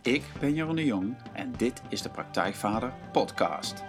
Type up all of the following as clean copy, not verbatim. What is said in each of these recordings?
Ik ben Jeroen de Jong en dit is de Praktijkvader podcast.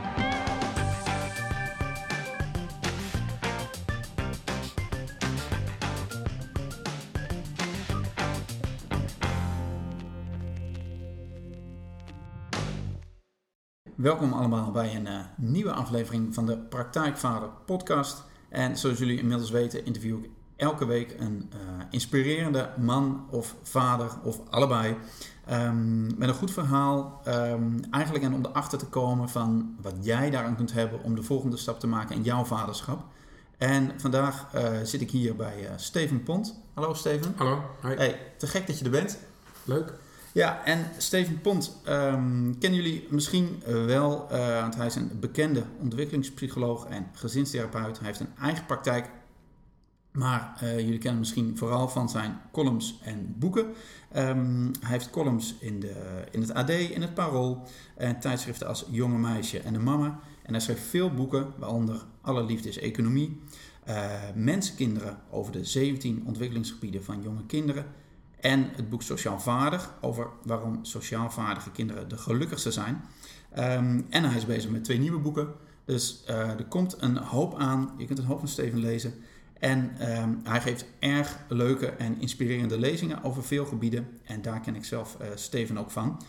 Welkom allemaal bij een nieuwe aflevering van de Praktijkvader podcast. En zoals jullie inmiddels weten interview ik elke week een inspirerende man of vader of allebei. Met een goed verhaal. Eigenlijk en om erachter te komen van wat jij daaraan kunt hebben om de volgende stap te maken in jouw vaderschap. En vandaag zit ik hier bij Steven Pont. Hallo Steven. Hallo. Hi. Hey, te gek dat je er bent. Leuk. Ja, en Steven Pont kennen jullie misschien wel, want hij is een bekende ontwikkelingspsycholoog en gezinstherapeut. Hij heeft een eigen praktijk, maar jullie kennen hem misschien vooral van zijn columns en boeken. Hij heeft columns in het AD, in het Parool, en tijdschriften als Jonge Meisje en de Mama. En hij schreef veel boeken, waaronder Allerliefde is Economie, Mensenkinderen over de 17 ontwikkelingsgebieden van jonge kinderen. En het boek Sociaal Vader, over waarom sociaal vaardige kinderen de gelukkigste zijn. En hij is bezig met 2 nieuwe boeken. Dus er komt een hoop aan. Je kunt een hoop van Steven lezen. En hij geeft erg leuke en inspirerende lezingen over veel gebieden. En daar ken ik zelf Steven ook van.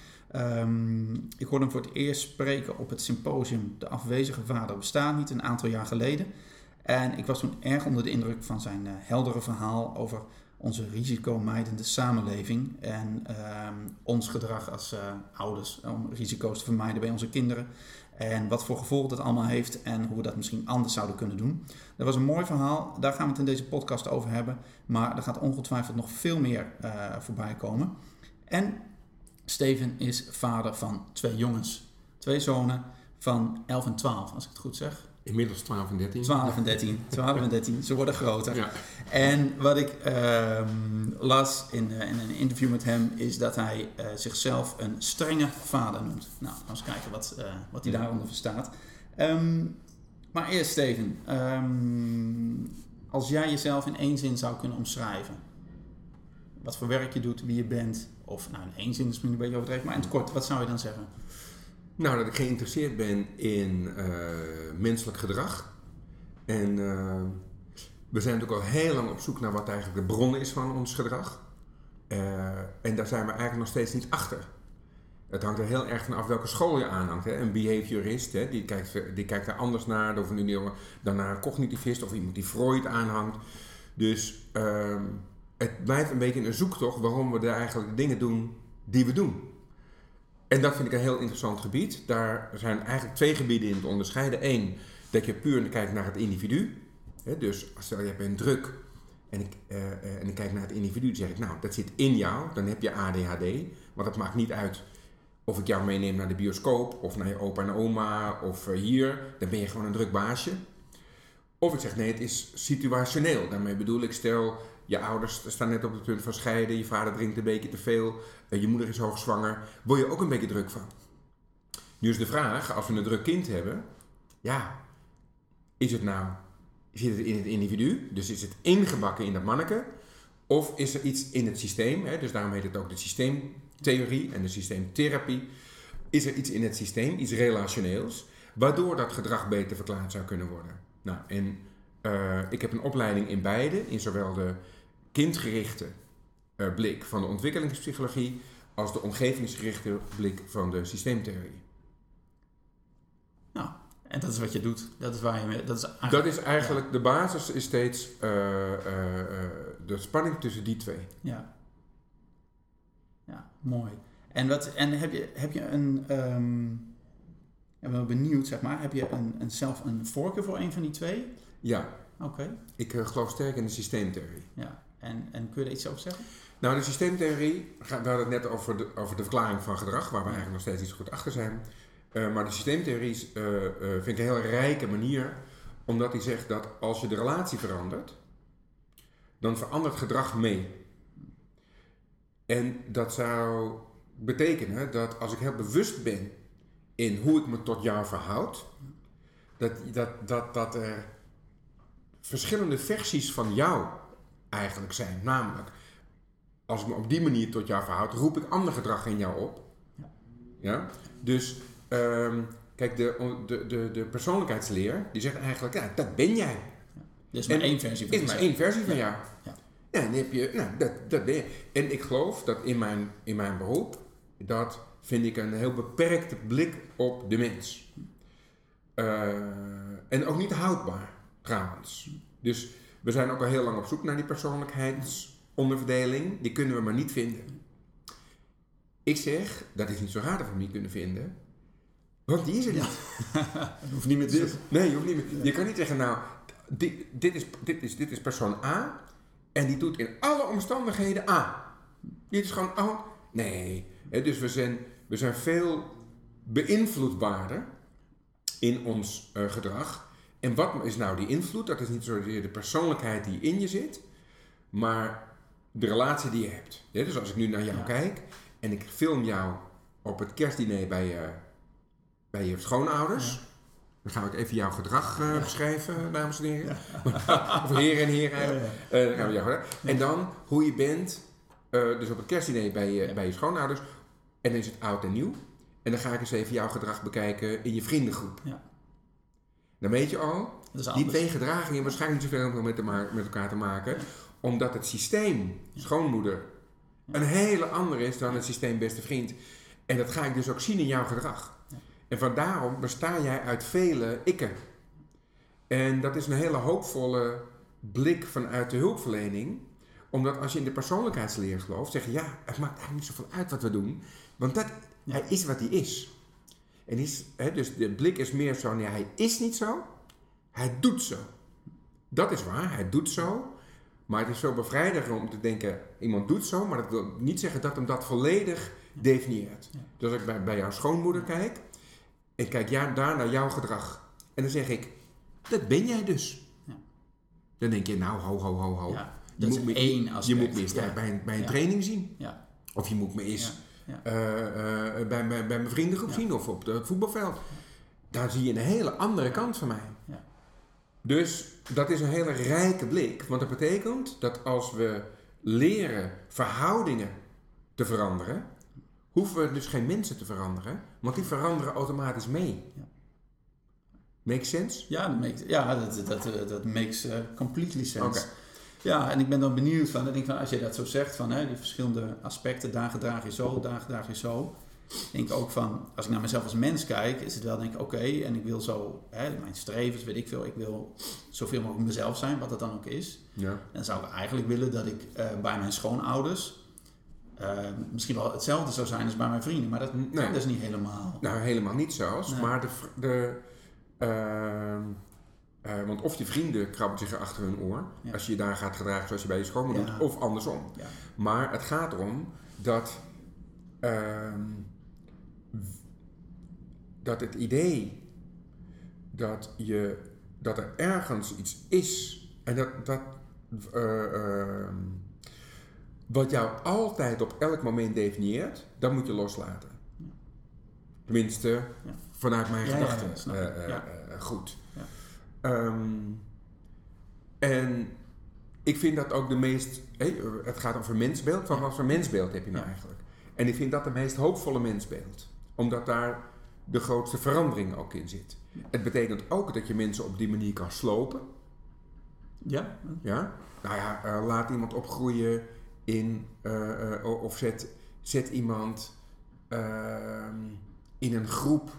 Ik hoorde hem voor het eerst spreken op het symposium De afwezige vader bestaat niet, een aantal jaar geleden. En ik was toen erg onder de indruk van zijn heldere verhaal over onze risicomijdende samenleving en ons gedrag als ouders om risico's te vermijden bij onze kinderen. En wat voor gevolgen dat allemaal heeft en hoe we dat misschien anders zouden kunnen doen. Dat was een mooi verhaal, daar gaan we het in deze podcast over hebben. Maar er gaat ongetwijfeld nog veel meer voorbij komen. En Steven is vader van 2 jongens. 2 zonen van 11 en 12, als ik het goed zeg. Inmiddels 12 en 13. 12 en 13. Ze worden groter. Ja. En wat ik las in een interview met hem is dat hij zichzelf een strenge vader noemt. Nou, gaan we eens kijken wat hij daaronder verstaat. Maar eerst Steven, als jij jezelf in 1 zin zou kunnen omschrijven. Wat voor werk je doet, wie je bent. Of nou in 1 zin is misschien een beetje overdreven, maar in het kort, wat zou je dan zeggen? Nou, dat ik geïnteresseerd ben in menselijk gedrag. En we zijn natuurlijk al heel lang op zoek naar wat eigenlijk de bron is van ons gedrag. En daar zijn we eigenlijk nog steeds niet achter. Het hangt er heel erg van af welke school je aanhangt. Hè. Een behaviorist, hè, die kijkt er anders naar dan naar een cognitivist of iemand die Freud aanhangt. Dus het blijft een beetje een zoektocht waarom we eigenlijk de dingen doen die we doen. En dat vind ik een heel interessant gebied. Daar zijn eigenlijk 2 gebieden in te onderscheiden. 1, dat je puur kijkt naar het individu. Dus stel je bent druk en ik kijk naar het individu, dan zeg ik, nou, dat zit in jou. Dan heb je ADHD. Want het maakt niet uit of ik jou meeneem naar de bioscoop of naar je opa en oma of hier. Dan ben je gewoon een druk baasje. Of ik zeg, nee, het is situationeel. Daarmee bedoel ik, stel, je ouders staan net op het punt van scheiden, je vader drinkt een beetje te veel, je moeder is hoogzwanger, word je ook een beetje druk van. Nu is de vraag, als we een druk kind hebben, ja, zit het in het individu, dus is het ingebakken in dat manneke, of is er iets in het systeem, hè? Dus daarom heet het ook de systeemtheorie en de systeemtherapie, is er iets in het systeem, iets relationeels, waardoor dat gedrag beter verklaard zou kunnen worden. Nou, en ik heb een opleiding in beide, in zowel de kindgerichte blik van de ontwikkelingspsychologie als de omgevingsgerichte blik van de systeemtheorie. Nou, en dat is wat je doet. Dat is eigenlijk de basis is steeds de spanning tussen die 2. Ja. Ja, mooi. En heb je een... ik ben benieuwd, zeg maar. Heb je zelf een voorkeur voor een van die 2? Ja. Oké. Ik geloof sterk in de systeemtheorie. Ja. En kun je er iets over zeggen? Nou, de systeemtheorie, we hadden het net over de verklaring van gedrag, waar we eigenlijk nog steeds niet zo goed achter zijn. Maar de systeemtheorie vind ik een heel rijke manier, omdat hij zegt dat als je de relatie verandert, dan verandert gedrag mee. En dat zou betekenen dat als ik heel bewust ben in hoe ik me tot jou verhoud, dat er verschillende versies van jou eigenlijk zijn. Namelijk als ik me op die manier tot jou verhoud, roep ik ander gedrag in jou op. Ja? Dus, kijk, de persoonlijkheidsleer, die zegt eigenlijk, ja, dat ben jij. Er is maar één versie van is maar één versie van jou. Ja. Ja, dan heb je, dat ben je. En ik geloof dat in mijn beroep, dat vind ik een heel beperkte blik op de mens. En ook niet houdbaar, trouwens. Dus we zijn ook al heel lang op zoek naar die persoonlijkheidsonderverdeling. Die kunnen we maar niet vinden. Ik zeg, dat is niet zo raar dat we hem niet kunnen vinden. Want die is er niet. Je hoeft niet meer te zoeken. Nee, je hoeft niet meer. Je kan niet zeggen, nou, dit is persoon A. En die doet in alle omstandigheden A. Dit is gewoon A. Nee. Dus we zijn veel beïnvloedbaarder in ons gedrag. En wat is nou die invloed? Dat is niet zozeer de persoonlijkheid die in je zit, maar de relatie die je hebt. Ja, dus als ik nu naar jou kijk en ik film jou op het kerstdiner bij je schoonouders, dan ga ik even jouw gedrag beschrijven, dames en heren. Of heren en heren. Dan gaan we jouw gedrag. En dan hoe je bent, dus op het kerstdiner bij je schoonouders, en dan is het oud en nieuw. En dan ga ik eens even jouw gedrag bekijken in je vriendengroep. Ja. Dan weet je al, die twee gedragingen hebben waarschijnlijk niet zoveel met elkaar te maken. Ja. Omdat het systeem schoonmoeder een hele andere is dan het systeem beste vriend. En dat ga ik dus ook zien in jouw gedrag. Ja. En vandaarom besta jij uit vele ikken. En dat is een hele hoopvolle blik vanuit de hulpverlening. Omdat als je in de persoonlijkheidsleer gelooft, zeg je ja, het maakt eigenlijk niet zoveel uit wat we doen. Want hij is wat hij is. En dus de blik is meer zo, nee, hij is niet zo, hij doet zo. Dat is waar, hij doet zo. Maar het is zo bevrijdend om te denken, iemand doet zo, maar dat wil niet zeggen dat hem dat volledig definieert. Ja. Dus als ik bij jouw schoonmoeder kijk, en kijk daar naar jouw gedrag. En dan zeg ik, dat ben jij dus. Ja. Dan denk je, nou, ho. Ja, dat is één aspect. Je moet me eens bij een training zien. Ja. Of je moet me eens bij mijn vriendengroep zien of op het voetbalveld. Daar zie je een hele andere kant van mij. Ja. Dus dat is een hele rijke blik. Want dat betekent dat als we leren verhoudingen te veranderen, hoeven we dus geen mensen te veranderen, want die veranderen automatisch mee. Ja. Make sense? Dat makes completely sense. Okay. Ja, en ik ben dan benieuwd van, als je dat zo zegt, van die verschillende aspecten, daar gedraag je zo, daar gedraag je zo. Denk ik ook van, als ik naar mezelf als mens kijk, is het wel denk ik oké, en ik wil zo, mijn strevens, weet ik veel, ik wil zoveel mogelijk mezelf zijn, wat dat dan ook is. Ja. Dan zou ik eigenlijk willen dat ik bij mijn schoonouders misschien wel hetzelfde zou zijn als bij mijn vrienden, maar dat kan dus niet helemaal. Nou, helemaal niet zelfs, maar want of je vrienden krabbelt zich achter hun oor als je je daar gaat gedragen zoals je bij je schoonmoeder doet, of andersom. Ja. Maar het gaat erom dat het idee dat er ergens iets is en wat jou altijd op elk moment definieert, dat moet je loslaten. Ja. Tenminste, vanuit mijn gedachten. Goed. Ja. En ik vind dat ook de meest, het gaat over mensbeeld, van wat voor mensbeeld heb je nou eigenlijk? En ik vind dat de meest hoopvolle mensbeeld. Omdat daar de grootste verandering ook in zit. Het betekent ook dat je mensen op die manier kan slopen. Ja. Ja? Nou ja, laat iemand opgroeien in, of zet iemand in een groep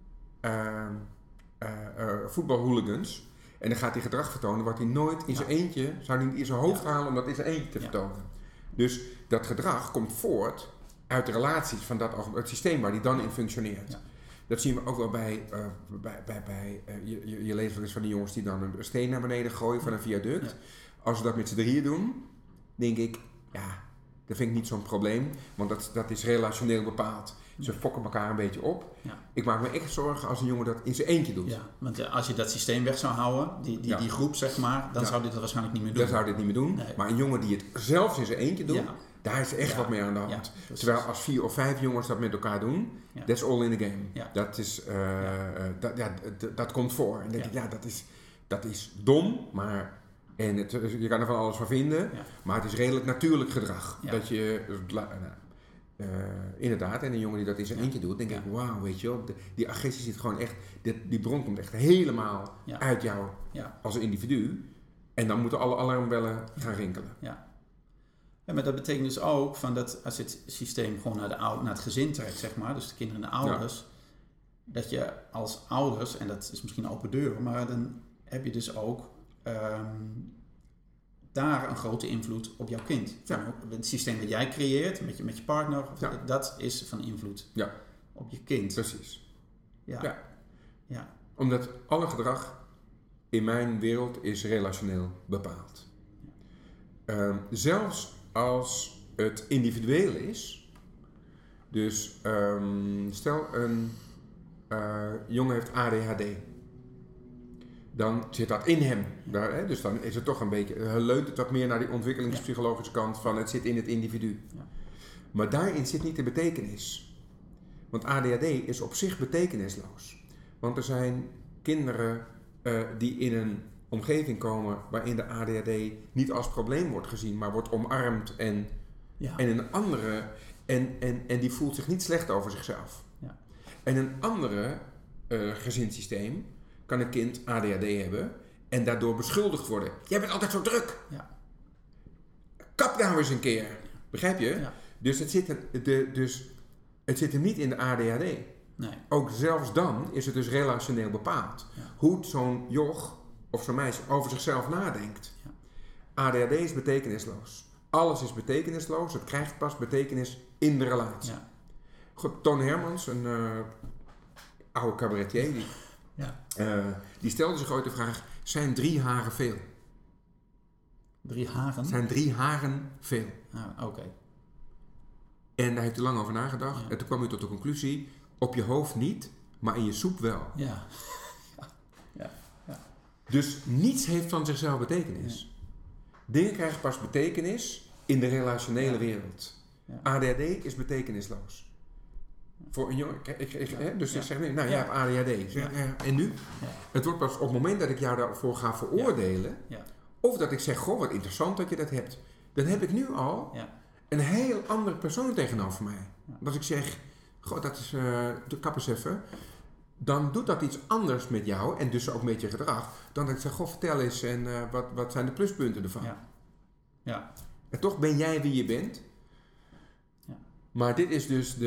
voetbalhooligans. En dan gaat hij gedrag vertonen wat hij nooit in zijn eentje, zou hij niet in zijn hoofd halen om dat in zijn eentje te vertonen. Dus dat gedrag komt voort uit de relaties van het systeem waar die dan in functioneert. Ja. Dat zien we ook wel bij je leest wel eens van die jongens die dan een steen naar beneden gooien van een viaduct. Ja. Als ze dat met z'n drieën doen, denk ik, dat vind ik niet zo'n probleem, want dat is relationeel bepaald. Ze fokken elkaar een beetje op. Ja. Ik maak me echt zorgen als een jongen dat in zijn eentje doet. Ja, want als je dat systeem weg zou houden, die groep zeg maar, dan zou dit het waarschijnlijk niet meer doen. Dan zou dit niet meer doen. Nee. Maar een jongen die het zelfs in zijn eentje doet, daar is echt wat mee aan de hand. Ja, terwijl als 4 of 5 jongens dat met elkaar doen, that's all in the game. Ja. Dat is, dat komt voor. En dan denk ik, dat is dom, maar En je kan er van alles van vinden, maar het is redelijk natuurlijk gedrag. Ja. Dat je, inderdaad, en een jongen die dat in zijn eentje doet, denk ik, wauw, weet je wel, die agressie zit gewoon echt, die bron komt echt helemaal uit jou als individu. En dan moeten alle alarmbellen gaan rinkelen. Ja. Ja, maar dat betekent dus ook van dat als het systeem gewoon naar het gezin trekt, zeg maar, dus de kinderen en de ouders, dat je als ouders, en dat is misschien een open deur, maar dan heb je dus ook daar een grote invloed op jouw kind. Ja. Het systeem dat jij creëert met je partner, dat is van invloed op je kind. Precies. Ja. Omdat alle gedrag in mijn wereld is relationeel bepaald. Zelfs als het individueel is. Dus stel een jongen heeft ADHD. Dan zit dat in hem. Dus dan is het toch een beetje, leunt het wat meer naar die ontwikkelingspsychologische kant van het zit in het individu. Ja. Maar daarin zit niet de betekenis. Want ADHD is op zich betekenisloos. Want er zijn kinderen die in een omgeving komen waarin de ADHD niet als probleem wordt gezien, maar wordt omarmd en een andere, en die voelt zich niet slecht over zichzelf. Ja. En een andere gezinssysteem kan een kind ADHD hebben en daardoor beschuldigd worden. Jij bent altijd zo druk. Ja. Kap nou eens een keer. Begrijp je? Ja. Dus het zit hem niet in de ADHD. Nee. Ook zelfs dan is het dus relationeel bepaald. Ja. Hoe zo'n joch of zo'n meisje over zichzelf nadenkt. Ja. ADHD is betekenisloos. Alles is betekenisloos. Het krijgt pas betekenis in de relatie. Ja. Goed, Toon Hermans, een oude cabaretier, die stelde zich ooit de vraag: zijn 3 haren veel? 3 haren? Zijn 3 haren veel? Oké. En daar heeft hij lang over nagedacht. Ja. En toen kwam hij tot de conclusie: op je hoofd niet, maar in je soep wel. Ja. Dus niets heeft van zichzelf betekenis. Ja. Dingen krijgen pas betekenis in de relationele wereld. Ja. ADHD is betekenisloos. Voor een jongen, dus ik zeg, jij hebt ADHD. En nu? Ja. Het wordt pas op het moment dat ik jou daarvoor ga veroordelen, of dat ik zeg, goh, wat interessant dat je dat hebt. Dan heb ik nu al een heel andere persoon tegenover mij. Ja. Als ik zeg, goh, dat is, kap eens even, dan doet dat iets anders met jou en dus ook met je gedrag, dan dat ik zeg, goh, vertel eens en wat zijn de pluspunten ervan. Ja. En toch ben jij wie je bent. Maar dit is dus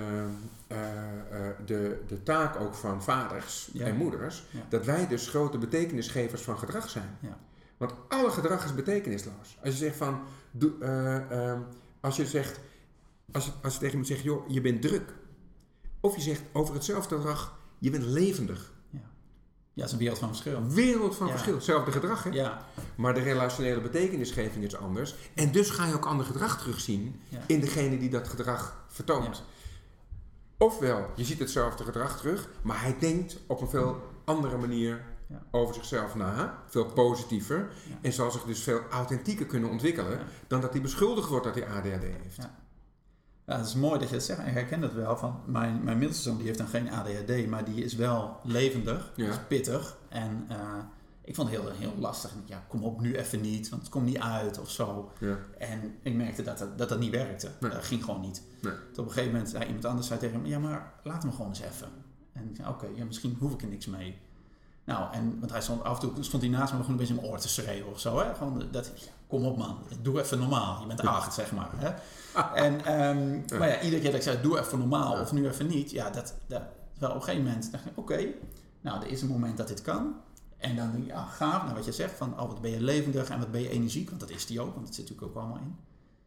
de taak ook van vaders en moeders, dat wij dus grote betekenisgevers van gedrag zijn. Ja. Want alle gedrag is betekenisloos. Als je zegt van, als je tegen iemand zegt, joh, je bent druk. Of je zegt over hetzelfde gedrag, je bent levendig. Ja, dat is een wereld van verschil. Wereld van verschil. Hetzelfde gedrag, hè? Ja. Maar de relationele betekenisgeving is anders. En dus ga je ook ander gedrag terugzien in degene die dat gedrag vertoont. Ja. Ofwel, je ziet hetzelfde gedrag terug, maar hij denkt op een veel andere manier over zichzelf na. Veel positiever. Ja. En zal zich dus veel authentieker kunnen ontwikkelen dan dat hij beschuldigd wordt dat hij ADHD heeft. Ja. Ja, het is mooi dat je dat zegt. Ik herken dat wel. Van mijn middelste zoon die heeft dan geen ADHD, maar die is wel levendig, is pittig. En ik vond het heel lastig. Ja, kom op, nu even niet, want het komt niet uit of zo. Ja. En ik merkte dat niet werkte. Nee. Dat ging gewoon niet. Nee. Tot op een gegeven moment iemand anders zei tegen hem, ja, maar laat hem gewoon eens even. En ik zei, oké, misschien hoef ik er niks mee. Nou, want hij stond af en toe stond hij naast me gewoon een beetje in mijn oor te schreeuwen of zo. Hè? Gewoon kom op man, doe even normaal. Je bent 8, zeg maar. Hè? En, maar iedere keer dat ik zei, doe even normaal of nu even niet. Ja, dat wel op een gegeven moment dacht ik, oké, nou, er is een moment dat dit kan. En dan denk ik, gaaf, nou wat je zegt van, wat ben je levendig en wat ben je energiek. Want dat is die ook, want dat zit natuurlijk ook allemaal in.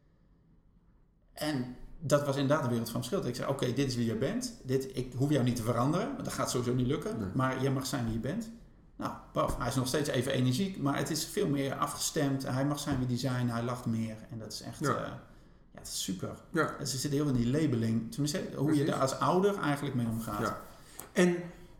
En dat was inderdaad de wereld van verschil. Ik zei, oké, dit is wie je bent. Ik hoef jou niet te veranderen, want dat gaat sowieso niet lukken. Nee. Maar jij mag zijn wie je bent. Nou, paf, hij is nog steeds even energiek, maar het is veel meer afgestemd. Hij mag zijn wie die zijn, hij lacht meer. En dat is echt, het is super. Ja. Dus er zit heel in die labeling. Tenminste, hoe je daar als ouder eigenlijk mee omgaat. Ja. En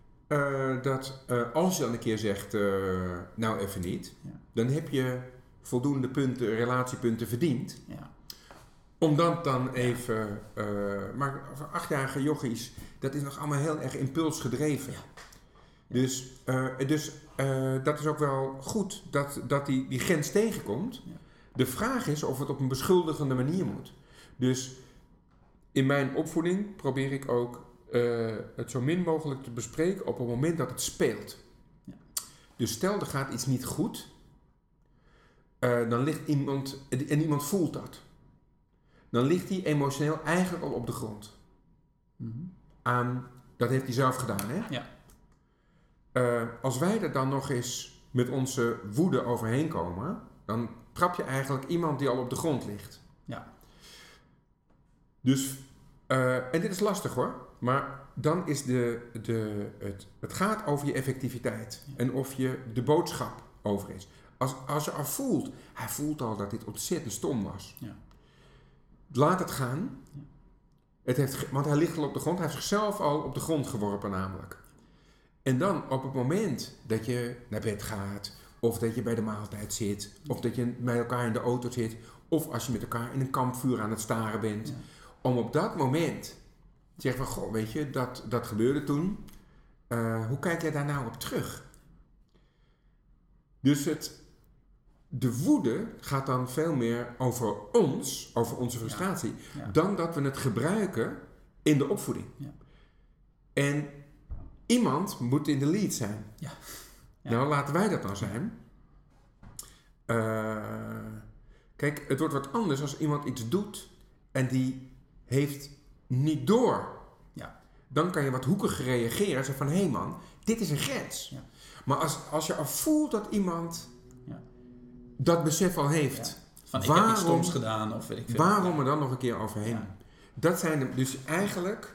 als je dan een keer zegt, nou even niet, dan heb je voldoende relatiepunten verdiend. Ja. Om dan even, maar voor 8-jarige jochies, dat is nog allemaal heel erg impulsgedreven. Ja. Dus dat is ook wel goed dat die grens tegenkomt. Ja. De vraag is of het op een beschuldigende manier moet. Dus in mijn opvoeding probeer ik ook het zo min mogelijk te bespreken op het moment dat het speelt. Ja. Dus stel er gaat iets niet goed, dan ligt iemand, en iemand voelt dat. Dan ligt hij emotioneel eigenlijk al op de grond. Mm-hmm. Dat heeft hij zelf gedaan, hè? Ja. Als wij er dan nog eens met onze woede overheen komen, dan trap je eigenlijk iemand die al op de grond ligt. Ja. Dus, en dit is lastig hoor, maar dan is het gaat over je effectiviteit en of je de boodschap over is. Als je al voelt, hij voelt al dat dit ontzettend stom was. Ja. Laat het gaan. Ja. Want hij ligt al op de grond, hij heeft zichzelf al op de grond geworpen namelijk. En dan op het moment dat je naar bed gaat, of dat je bij de maaltijd zit, of dat je met elkaar in de auto zit, of als je met elkaar in een kampvuur aan het staren bent, ja. Om op dat moment te zeggen van, goh, weet je, dat gebeurde toen. Hoe kijk jij daar nou op terug? Dus de woede gaat dan veel meer over ons, over onze frustratie, dan dat we het gebruiken in de opvoeding. Ja. En iemand moet in de lead zijn. Ja. Ja. Nou, laten wij dat dan zijn. Kijk, het wordt wat anders als iemand iets doet en die heeft niet door. Ja. Dan kan je wat hoekig reageren en zeggen van, hé man, dit is een grens. Ja. Maar als je al voelt dat iemand dat besef al heeft. Van, ik heb iets stoms gedaan of weet ik veel. Waarom er dan nog een keer overheen? Ja. Dat zijn dus eigenlijk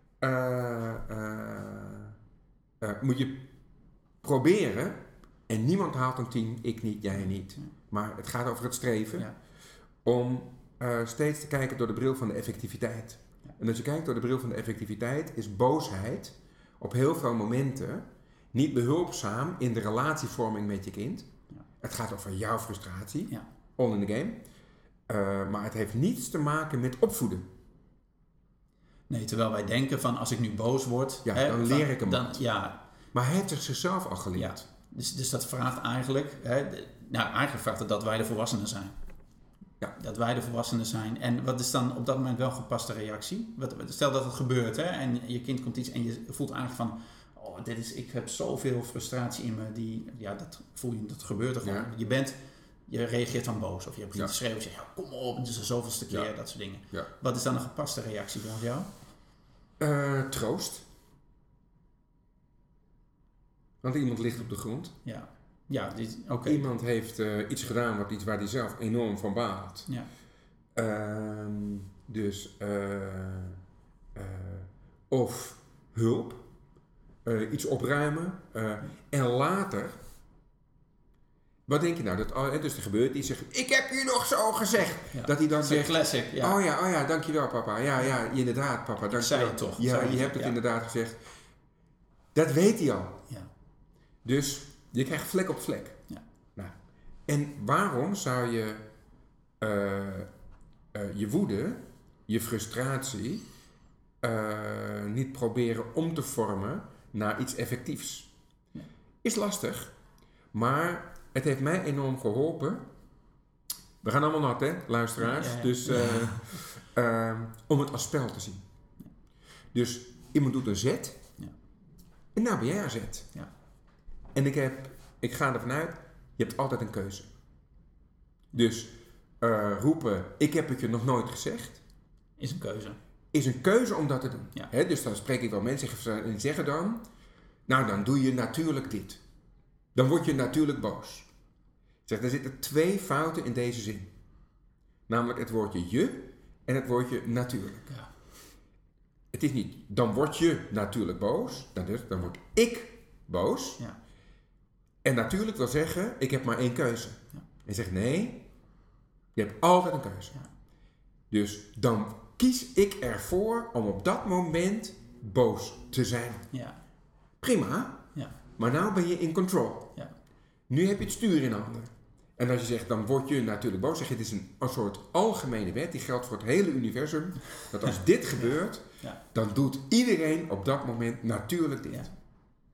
moet je proberen, en niemand haalt een 10, ik niet, jij niet. Maar het gaat over het streven, om steeds te kijken door de bril van de effectiviteit. En als je kijkt door de bril van de effectiviteit, is boosheid op heel veel momenten niet behulpzaam in de relatievorming met je kind. Het gaat over jouw frustratie, all in the game. Maar het heeft niets te maken met opvoeden. Nee, terwijl wij denken van, als ik nu boos word... Ja, dan leer ik hem wat. Maar hij heeft het zichzelf al geleerd. Ja. Dus dat vraagt eigenlijk... eigenlijk vraagt het dat wij de volwassenen zijn. Ja. Dat wij de volwassenen zijn. En wat is dan op dat moment wel gepaste reactie? Stel dat het gebeurt, en je kind komt iets en je voelt eigenlijk van... ik heb zoveel frustratie in me, dat voel je, dat gebeurt er gewoon. Ja. Je reageert dan boos of je begint te schreeuwen en zegt, kom op, het is de zoveelste keer, dat soort dingen. Ja. Wat is dan een gepaste reactie volgens jou? Troost. Want iemand ligt op de grond. Ja. Okay. Iemand heeft iets gedaan waar hij zelf enorm van baalt. Ja. Of hulp. Iets opruimen. En later... Wat denk je nou? Dus er gebeurt iets. Zegt, ik heb u nog zo gezegd. Ja. Dat hij dan zegt... Classic, ja. Oh ja, dankjewel papa. Ja, inderdaad papa. Dankjewel. Zei het toch. Ja, je hebt het inderdaad gezegd. Dat weet hij al. Ja. Dus je krijgt vlek op vlek. Ja. Nou, en waarom zou je je woede, je frustratie... niet proberen om te vormen naar iets effectiefs? Ja. Is lastig. Maar... Het heeft mij enorm geholpen. We gaan allemaal nat, hè, luisteraars. Ja. Dus om het als spel te zien. Dus iemand doet een zet. Ja. En nou ben jij een zet. Ja. En ik ga ervan uit, je hebt altijd een keuze. Dus roepen, ik heb het je nog nooit gezegd. Is een keuze. Is een keuze om dat te doen. Ja. Hè, dus dan spreek ik wel mensen en zeggen dan... Nou, dan doe je natuurlijk dit. Dan word je natuurlijk boos. Ik zeg, er zitten 2 fouten in deze zin. Namelijk het woordje je en het woordje natuurlijk. Ja. Het is niet, dan word je natuurlijk boos. Dan word ik boos. Ja. En natuurlijk wil zeggen, ik heb maar 1 keuze. Ja. En zegt, nee, je hebt altijd een keuze. Ja. Dus dan kies ik ervoor om op dat moment boos te zijn. Ja. Prima. Ja. Maar nou ben je in control. Ja. Nu heb je het stuur in handen. En als je zegt, dan word je natuurlijk boos. Zeg je, het is een soort algemene wet. Die geldt voor het hele universum. Dat als dit gebeurt, dan doet iedereen op dat moment natuurlijk dit.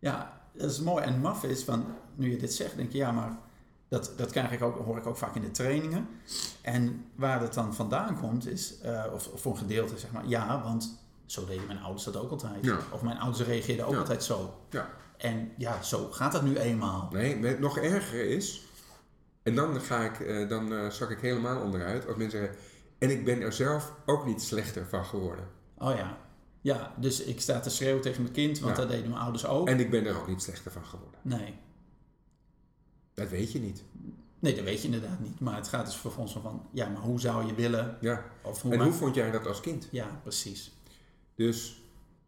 Ja, dat is mooi. En maf is van, nu je dit zegt, denk je, ja, maar dat hoor ik ook vaak in de trainingen. En waar het dan vandaan komt is, of voor een gedeelte zeg maar, ja, want zo deden mijn ouders dat ook altijd. Ja. Of mijn ouders reageerden ook altijd zo. Ja. En ja, zo gaat dat nu eenmaal. Nee, nog erger is, en dan zak ik helemaal onderuit, als mensen zeggen, en ik ben er zelf ook niet slechter van geworden. Oh ja. Ja, dus ik sta te schreeuwen tegen mijn kind, want dat deden mijn ouders ook. En ik ben er ook niet slechter van geworden. Nee. Dat weet je niet. Nee, dat weet je inderdaad niet. Maar het gaat dus vervolgens van, ja, maar hoe zou je willen? Ja. Of Hoe vond jij dat als kind? Ja, precies. Dus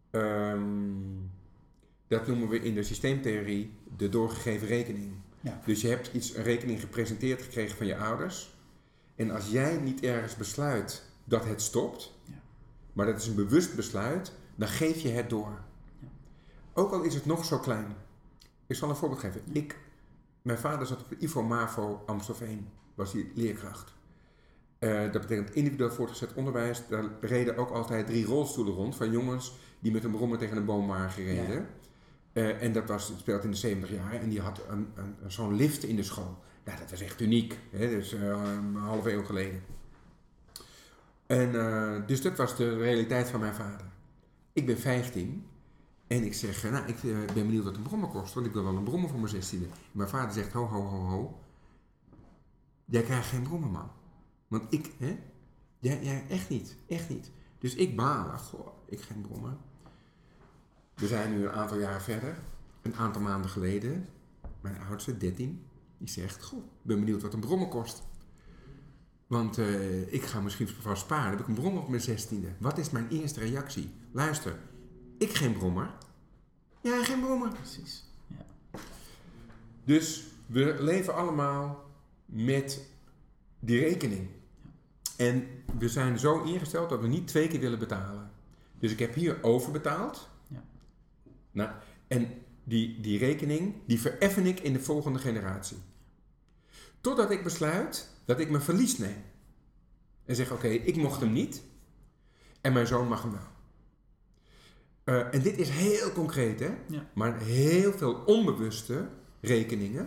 dat noemen we in de systeemtheorie de doorgegeven rekening. Ja. Dus je hebt een rekening gepresenteerd gekregen van je ouders. En als jij niet ergens besluit dat het stopt, maar dat is een bewust besluit, dan geef je het door. Ja. Ook al is het nog zo klein. Ik zal een voorbeeld geven. Mijn vader zat op de IVO-MAVO Amstelveen, was hij leerkracht. Dat betekent individueel voortgezet onderwijs. Daar reden ook altijd 3 rolstoelen rond van jongens die met een brommer tegen een boom waren gereden. Ja. En dat speelde in de 70 jaar en die had zo'n lift in de school. Nou, dat was echt uniek. Hè? Dus een halve eeuw geleden. En dus dat was de realiteit van mijn vader. Ik ben 15 en ik zeg, ik ben benieuwd wat een brommer kost, want ik wil wel een brommer voor mijn 16e. Mijn vader zegt, ho. Jij krijgt geen brommer, man. Want jij echt niet. Dus ik baal, ik geen brommer. We zijn nu een aantal jaar verder, een aantal maanden geleden, mijn oudste, 13, die zegt, ik ben benieuwd wat een brommer kost. Want ik ga misschien vast sparen, dan heb ik een brommer op mijn 16e. Wat is mijn eerste reactie? Luister, ik geen brommer. Jij geen brommer. Precies, ja. Dus we leven allemaal met die rekening. Ja. En we zijn zo ingesteld dat we niet 2 keer willen betalen. Dus ik heb hier overbetaald. Ja. Nou, en die rekening, die vereffen ik in de volgende generatie. Totdat ik besluit dat ik mijn verlies neem. En zeg, oké, ik mocht hem niet. En mijn zoon mag hem wel. En dit is heel concreet, hè? Ja. Maar heel veel onbewuste rekeningen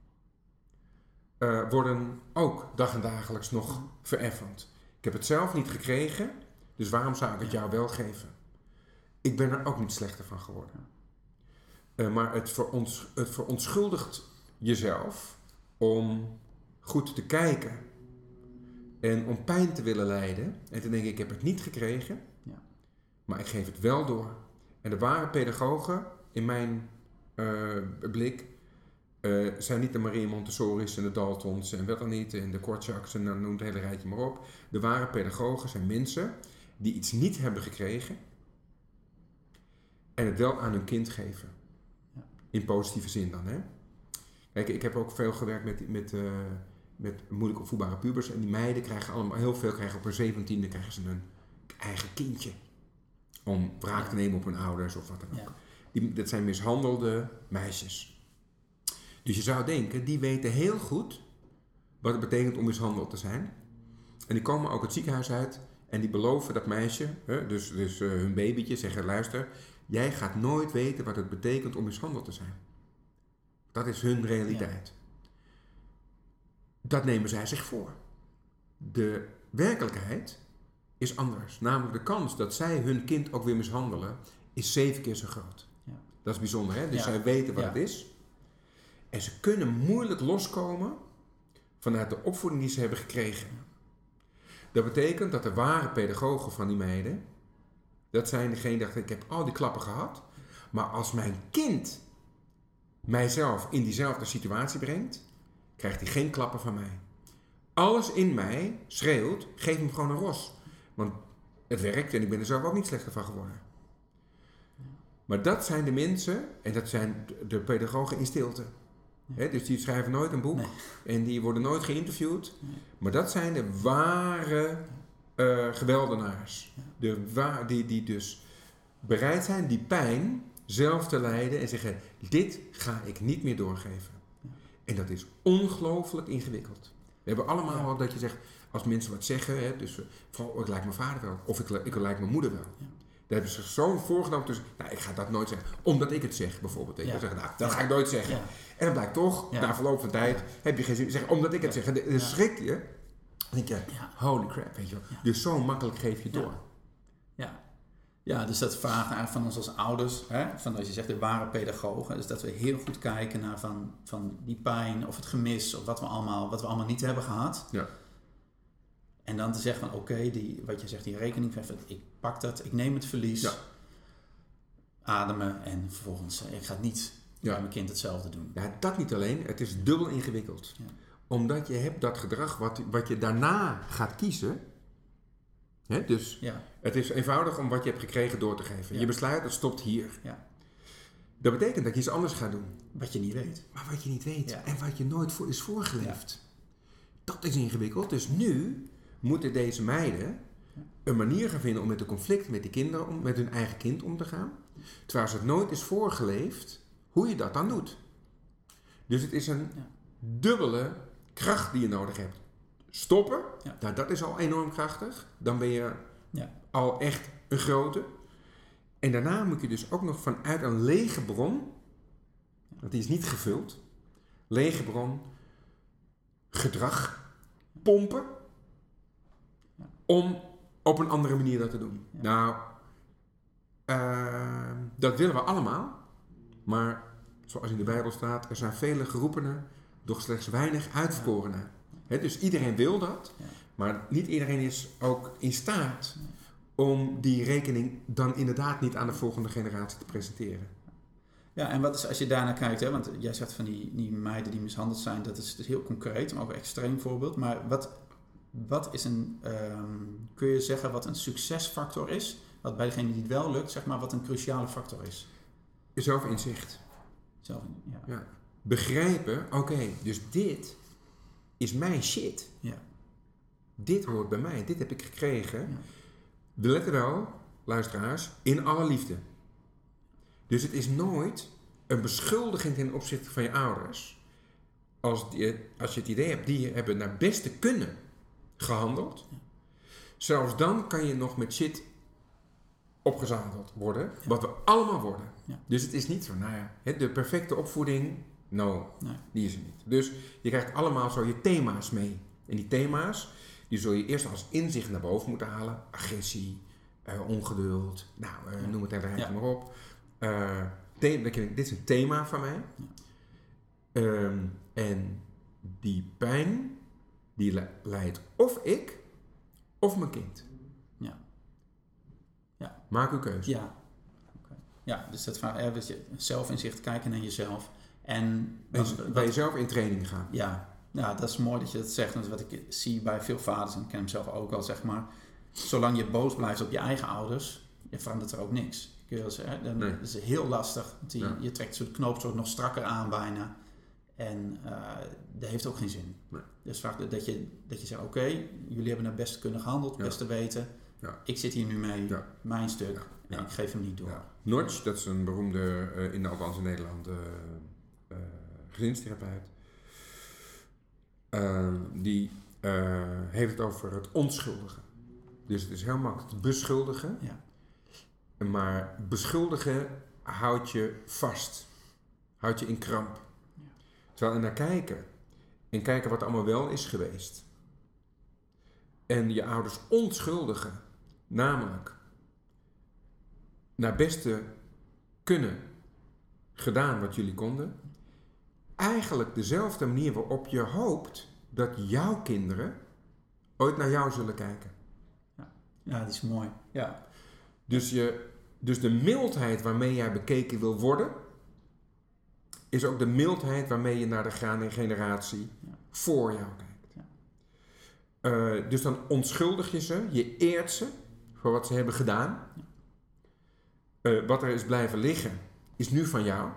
worden ook dag en dagelijks nog vereffend. Ik heb het zelf niet gekregen, dus waarom zou ik het jou wel geven? Ik ben er ook niet slechter van geworden. Maar het verontschuldigt jezelf om goed te kijken en om pijn te willen lijden en te denken, ik heb het niet gekregen, maar ik geef het wel door. En de ware pedagogen, in mijn blik, zijn niet de Maria Montessori's en de Daltons en wat dan niet, en de Kortschaks en dan noem het hele rijtje maar op. De ware pedagogen zijn mensen die iets niet hebben gekregen en het wel aan hun kind geven. Ja. In positieve zin dan, hè. Kijk, ik heb ook veel gewerkt met moeilijk opvoedbare pubers en die meiden krijgen allemaal, heel veel krijgen op hun 17e krijgen ze een eigen kindje. Om wraak te nemen op hun ouders of wat dan ook. Ja. Dat zijn mishandelde meisjes. Dus je zou denken, die weten heel goed wat het betekent om mishandeld te zijn. En die komen ook het ziekenhuis uit en die beloven dat meisje, dus hun babytje, zeggen, luister, jij gaat nooit weten wat het betekent om mishandeld te zijn. Dat is hun realiteit. Ja. Dat nemen zij zich voor. De werkelijkheid is anders. Namelijk de kans dat zij hun kind ook weer mishandelen is 7 keer zo groot. Ja. Dat is bijzonder, hè? Dus zij weten wat het is. En ze kunnen moeilijk loskomen vanuit de opvoeding die ze hebben gekregen. Dat betekent dat de ware pedagogen van die meiden, dat zijn degenen die dachten, ik heb al die klappen gehad, maar als mijn kind mijzelf in diezelfde situatie brengt, krijgt hij geen klappen van mij. Alles in mij schreeuwt, geef hem gewoon een ros. Want het werkt en ik ben er zelf ook niet slechter van geworden. Maar dat zijn de mensen, en dat zijn de pedagogen in stilte. He, dus die schrijven nooit een boek en die worden nooit geïnterviewd. Maar dat zijn de ware geweldenaars. Die dus bereid zijn die pijn zelf te lijden en zeggen, dit ga ik niet meer doorgeven. En dat is ongelooflijk ingewikkeld. We hebben allemaal al dat je zegt, als mensen wat zeggen, hè, dus vooral ik lijk mijn vader wel, of ik lijk mijn moeder wel. Ja. hebben ze zich zo voorgenomen. Dus, ik ga dat nooit zeggen. Omdat ik het zeg, bijvoorbeeld. Ik zeggen, dat ga ik nooit zeggen. Ja. En dan blijkt toch, na verloop van tijd, heb je geen zin zeggen, omdat ik het zeg. En dan schrik je. Dan denk je, holy crap, weet je wel. Ja. Dus zo makkelijk geef je door. Ja, dus dat vraagt eigenlijk van ons als ouders, hè, van als je zegt de ware pedagogen, dus dat we heel goed kijken naar van die pijn of het gemis of wat we allemaal niet hebben gehad. Ja. En dan te zeggen van wat je zegt, die rekening, ik pak dat, ik neem het verlies, ademen en vervolgens, ik ga het niet bij mijn kind hetzelfde doen. Ja, dat niet alleen, het is dubbel ingewikkeld. Ja. Omdat je hebt dat gedrag wat je daarna gaat kiezen. Hè, dus het is eenvoudig om wat je hebt gekregen door te geven. Ja. Je besluit, het stopt hier. Ja. Dat betekent dat je iets anders gaat doen. Wat je niet weet. Maar wat je niet weet en wat je nooit is voorgeleefd. Ja. Dat is ingewikkeld. Dus nu moeten deze meiden een manier gaan vinden om met de conflicten met die kinderen, met hun eigen kind om te gaan. Terwijl ze het nooit is voorgeleefd hoe je dat dan doet. Dus het is een dubbele kracht die je nodig hebt. Stoppen, dat is al enorm krachtig. Dan ben je al echt een grote. En daarna moet je dus ook nog vanuit een lege bron, want die is niet gevuld, lege bron, gedrag pompen om op een andere manier dat te doen. Ja. Nou, dat willen we allemaal, maar zoals in de Bijbel staat, er zijn vele geroepenen, doch slechts weinig uitverkorenen. He, dus iedereen wil dat, maar niet iedereen is ook in staat om die rekening dan inderdaad niet aan de volgende generatie te presenteren. Ja, en wat is als je daarnaar kijkt, hè, want jij zegt van die meiden die mishandeld zijn, dat is dus heel concreet, maar ook een extreem voorbeeld. Maar wat is kun je zeggen wat een succesfactor is? Wat bij degene die het wel lukt, zeg maar, wat een cruciale factor is? Zelfinzicht. Ja. Begrijpen, dus dit is mijn shit. Ja. Dit hoort bij mij, dit heb ik gekregen. Ja. We letten wel, luisteraars, in alle liefde. Dus het is nooit een beschuldiging ten opzichte van je ouders. Als je het idee hebt, die hebben naar beste kunnen gehandeld. Ja. Zelfs dan kan je nog met shit opgezadeld worden. Ja. Wat we allemaal worden. Ja. Dus het is niet zo, de perfecte opvoeding, die is er niet. Dus je krijgt allemaal zo je thema's mee. En die thema's, die zul je eerst als inzicht naar boven moeten halen. Agressie, ongeduld, noem het even maar op. Dit is een thema van mij. Ja. En die pijn, die leidt of ik, of mijn kind. Ja. Maak uw keuze. Ja. Okay. Ja, dus dat vraagt zelfinzicht, kijken naar jezelf. En bij jezelf in training gaan. Ja, dat is mooi dat je dat zegt. Want wat ik zie bij veel vaders, en ik ken hem zelf ook al, zeg maar, zolang je boos blijft op je eigen ouders, je verandert er ook niks. Dan is het heel lastig. Want je trekt de knoop zo nog strakker aan bijna. En dat heeft ook geen zin. Nee. Dus vaak dat je zegt, jullie hebben het beste kunnen gehandeld, het beste weten. Ja. Ik zit hier nu mee, mijn stuk, en ik geef hem niet door. Ja. Notch, dat is een beroemde, althans in Nederland, gezinstherapeut. Die heeft het over het onschuldigen. Dus het is heel makkelijk te beschuldigen. Ja. Maar beschuldigen houdt je vast. Houdt je in kramp. Ja. Terwijl er naar kijken. En kijken wat allemaal wel is geweest. En je ouders onschuldigen. Namelijk. Naar beste kunnen gedaan wat jullie konden. Eigenlijk dezelfde manier waarop je hoopt dat jouw kinderen ooit naar jou zullen kijken. Ja, dat is mooi. Ja. Dus de mildheid waarmee jij bekeken wil worden, is ook de mildheid waarmee je naar de gaande generatie voor jou kijkt. Ja. Dus dan onschuldig je ze, je eert ze voor wat ze hebben gedaan. Ja. Wat er is blijven liggen, is nu van jou.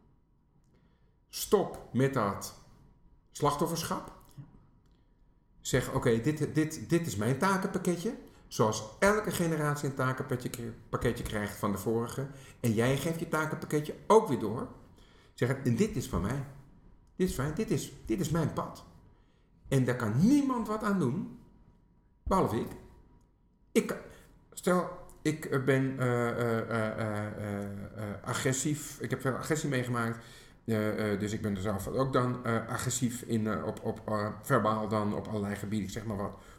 Stop met dat slachtofferschap. Zeg, dit is mijn takenpakketje. Zoals elke generatie een takenpakketje krijgt van de vorige. En jij geeft je takenpakketje ook weer door. Zeg, en dit is van mij. Dit is fijn. Dit is mijn pad. En daar kan niemand wat aan doen. Behalve ik. Ik ben agressief. Ik heb veel agressie meegemaakt. Dus ik ben er zelf ook dan agressief in, op verbaal dan op allerlei gebieden, zeg maar wat.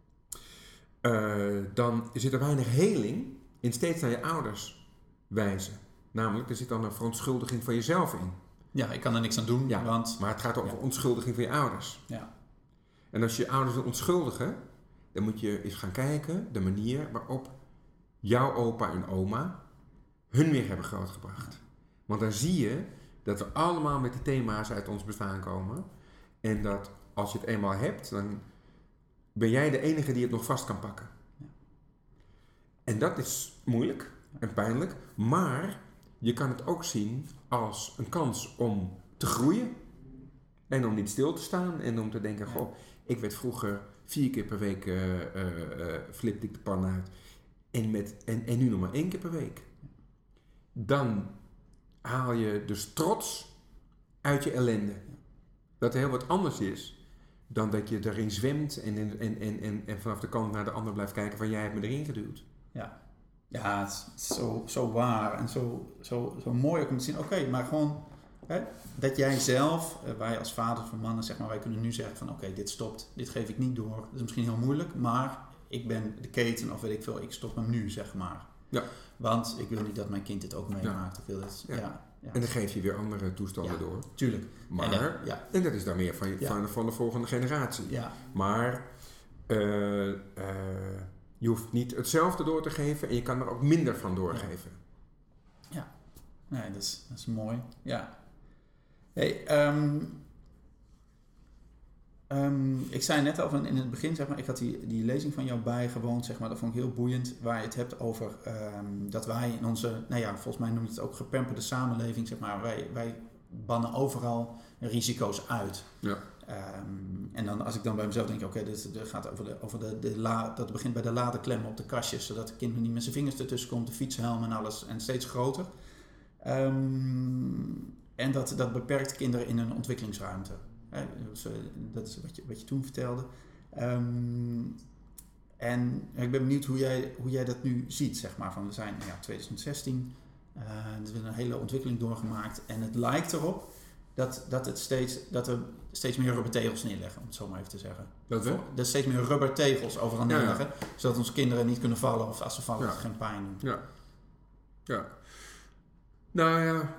Dan zit er weinig heling in steeds naar je ouders wijzen. Namelijk, er zit dan een verontschuldiging van jezelf in. Ja, ik kan er niks aan doen, Ja, want... maar het gaat over onschuldiging van je ouders. Ja. En als je je ouders wil onschuldigen, dan moet je eens gaan kijken de manier waarop jouw opa en oma hun weer hebben grootgebracht. Want dan zie je dat we allemaal met die thema's uit ons bestaan komen. En dat als je het eenmaal hebt, dan ben jij de enige die het nog vast kan pakken. Ja. En dat is moeilijk en pijnlijk, maar je kan het ook zien als een kans om te groeien. En om niet stil te staan en om te denken, goh, ik werd vroeger 4 keer per week flipte ik de pan uit. En nu nog maar 1 keer per week. Dan haal je dus trots uit je ellende. Dat er heel wat anders is dan dat je erin zwemt en vanaf de kant naar de ander blijft kijken van jij hebt me erin geduwd. Ja, het is zo waar en zo mooi ook om te zien. Oké, maar gewoon dat jij zelf, wij als vader van mannen, zeg maar, wij kunnen nu zeggen van oké, dit stopt, dit geef ik niet door. Dat is misschien heel moeilijk, maar ik ben de keten of weet ik veel, ik stop hem nu, zeg maar. Ja. Want ik wil niet dat mijn kind dit ook meemaakt. Of wil het, ja. En dan geef je weer andere toestanden door. Tuurlijk. Maar, en dat is dan meer van de volgende generatie. Ja. Maar je hoeft niet hetzelfde door te geven en je kan er ook minder van doorgeven. Ja. Nee, dat is mooi. Ja. Hey, ik zei net al in het begin, zeg maar, ik had die lezing van jou bijgewoond, zeg maar, dat vond ik heel boeiend, waar je het hebt over dat wij in onze, volgens mij noem je het ook gepamperde samenleving, zeg maar, wij bannen overal risico's uit. Ja. En dan als ik dan bij mezelf denk, oké, dit gaat over dat begint bij de ladeklemmen op de kastjes, zodat de kind niet met zijn vingers ertussen komt, de fietshelm en alles, en steeds groter. En dat beperkt kinderen in hun ontwikkelingsruimte. Dat is wat je toen vertelde. En ik ben benieuwd hoe jij dat nu ziet, zeg maar. Van we zijn 2016, er is een hele ontwikkeling doorgemaakt. En het lijkt erop dat we steeds meer rubbertegels neerleggen, om het zo maar even te zeggen. Dat wel? Dat steeds meer rubbertegels overal neerleggen, zodat onze kinderen niet kunnen vallen of als ze vallen dat ze geen pijn doen. Ja. Nou ja,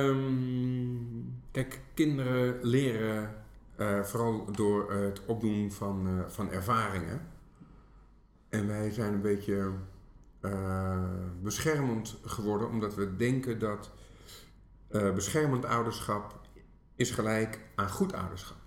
kijk, kinderen leren vooral door het opdoen van ervaringen. En wij zijn een beetje beschermend geworden, omdat we denken dat beschermend ouderschap is gelijk aan goed ouderschap.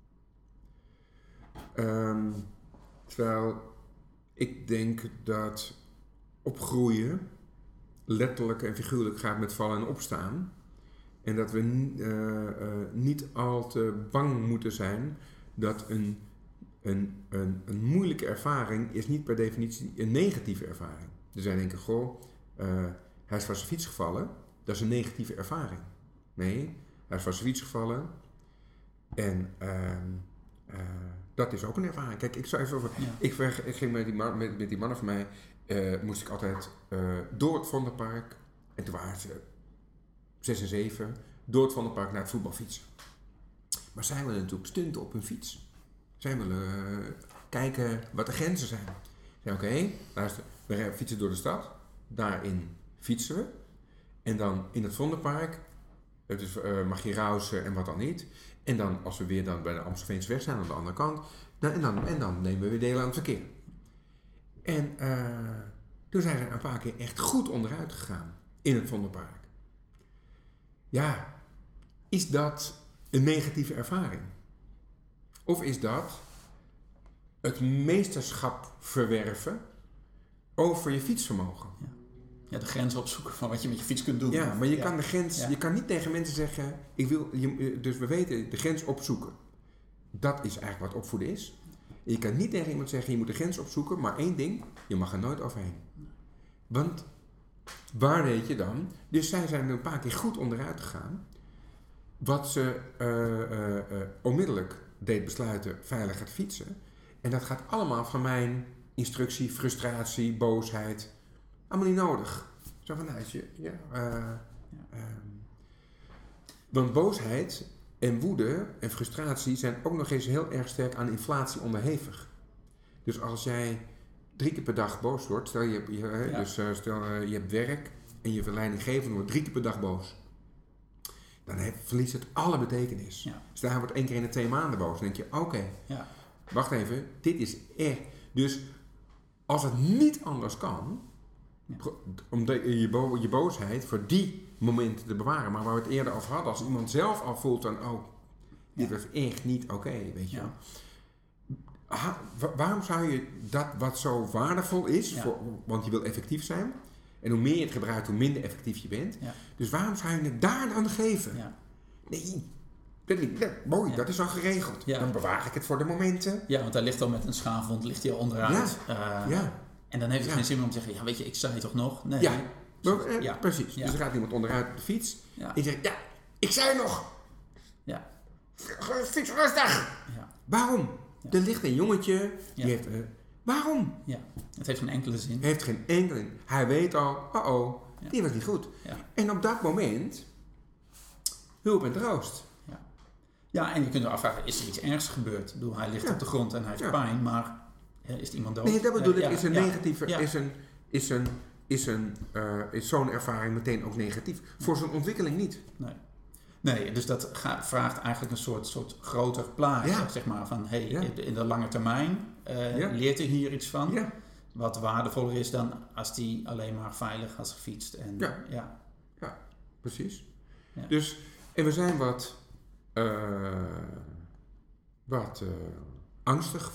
Terwijl ik denk dat opgroeien letterlijk en figuurlijk gaat met vallen en opstaan. En dat we niet al te bang moeten zijn dat een moeilijke ervaring is niet per definitie een negatieve ervaring. Dus wij denken, hij is van zijn fiets gevallen, dat is een negatieve ervaring. Nee, hij is van zijn fiets gevallen en dat is ook een ervaring. Kijk, ik zou even over... Ja. Ik ging met die mannen van mij, moest ik altijd door het Vondelpark, en toen waren ze 6 en 7, door het Vondelpark naar het voetbal fietsen. Maar zij willen natuurlijk stunten op hun fiets. Zij willen kijken wat de grenzen zijn. Zij oké, luister, we fietsen door de stad, daarin fietsen we. En dan in het Vondelpark, dus mag je rausen en wat dan niet. En dan, als we weer dan bij de Amstelveense weg zijn aan de andere kant, en dan nemen we weer deel aan het verkeer. En toen zijn ze een paar keer echt goed onderuit gegaan in het Vondelpark. Ja, is dat een negatieve ervaring? Of is dat het meesterschap verwerven over je fietsvermogen? Ja, de grens opzoeken van wat je met je fiets kunt doen. Ja, maar je kan de grens, je kan niet tegen mensen zeggen, dus we weten de grens opzoeken. Dat is eigenlijk wat opvoeden is. En je kan niet tegen iemand zeggen, je moet de grens opzoeken, maar 1 ding, je mag er nooit overheen. Want waar weet je dan? Dus zij zijn er een paar keer goed onderuit gegaan. Wat ze onmiddellijk deed besluiten veiliger te fietsen. En dat gaat allemaal van mijn instructie, frustratie, boosheid. Allemaal niet nodig. Zo van, nou, want boosheid en woede en frustratie zijn ook nog eens heel erg sterk aan inflatie onderhevig. Dus als jij 3 keer per dag boos wordt, stel je hebt werk en je leidinggevende wordt 3 keer per dag boos. Dan verliest het alle betekenis. Ja. Dus daar wordt 1 keer in de 2 maanden boos. Dan denk je, oké, wacht even, dit is echt. Dus als het niet anders kan, om je boosheid voor die momenten te bewaren. Maar waar we het eerder over hadden, als iemand zelf al voelt van, dit was echt niet oké, weet je wel. Waarom zou je dat wat zo waardevol is, want je wil effectief zijn, en hoe meer je het gebruikt, hoe minder effectief je bent. Ja. Dus waarom zou je het daar dan geven? Ja. Nee, mooi, dat is al geregeld. Ja. Dan bewaar ik het voor de momenten. Ja, want hij ligt al met een schaafwond, ligt hij al onderuit. En dan heeft het geen zin meer om te zeggen, weet je, ik zei toch nog? Nee. Ja, precies. Ja. Dus er gaat iemand onderuit op de fiets. Ja. En je zegt, ik zei nog. Ja. Fiets rustig. Ja. Waarom? Ja. Er ligt een jongetje, die heeft... waarom? Ja, het heeft geen enkele zin. Heeft geen enkele zin. Hij weet al, die was niet goed. Ja. En op dat moment, hulp en troost. Ja, en je kunt je afvragen, is er iets ergs gebeurd? Ik bedoel, hij ligt op de grond en hij heeft pijn, maar is iemand dood? Nee, dat bedoel ik, is een negatieve... Is zo'n ervaring meteen ook negatief? Voor zo'n ontwikkeling niet. Nee, dus dat vraagt eigenlijk een soort groter plaatje, zeg maar, van in de lange termijn leert hij hier iets van, wat waardevoller is dan als hij alleen maar veilig has gefietst. En, ja, precies. Ja. Dus, en we zijn wat angstig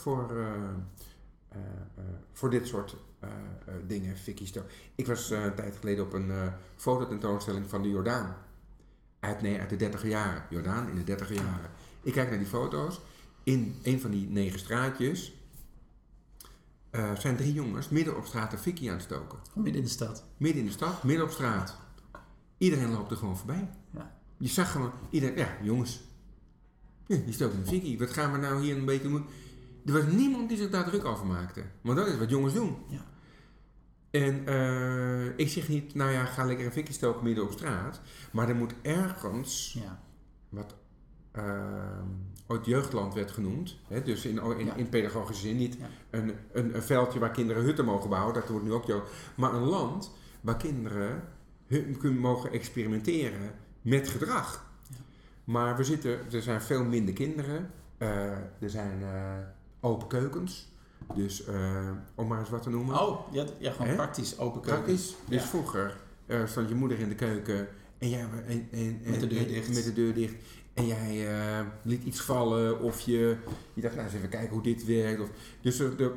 voor dit soort dingen, Vicky Sto. Ik was een tijd geleden op een fototentoonstelling van de Jordaan. Uit de 30er jaren. Jordaan in de 30er jaren. Ik kijk naar die foto's. In een van die 9 straatjes zijn 3 jongens midden op straat een fikkie aan het stoken. Midden in de stad? Midden in de stad, midden op straat. Iedereen loopt er gewoon voorbij. Ja. Je zag gewoon, iedereen, jongens. Die stoken een fikkie. Wat gaan we nou hier een beetje doen? Er was niemand die zich daar druk over maakte. Want dat is wat jongens doen. Ja. En ik zeg niet, ga lekker een fikkie stoken midden op straat. Maar er moet ergens, wat ooit jeugdland werd genoemd. Hè, dus in pedagogische zin niet een veldje waar kinderen hutten mogen bouwen. Dat wordt nu ook maar een land waar kinderen mogen experimenteren met gedrag. Ja. Maar er zijn veel minder kinderen. Er zijn open keukens. Dus om maar eens wat te noemen. Gewoon praktisch open keukens. Praktisch. Dus vroeger stond je moeder in de keuken en jij met de deur dicht. En jij liet iets vallen of je dacht, eens even kijken hoe dit werkt. Dus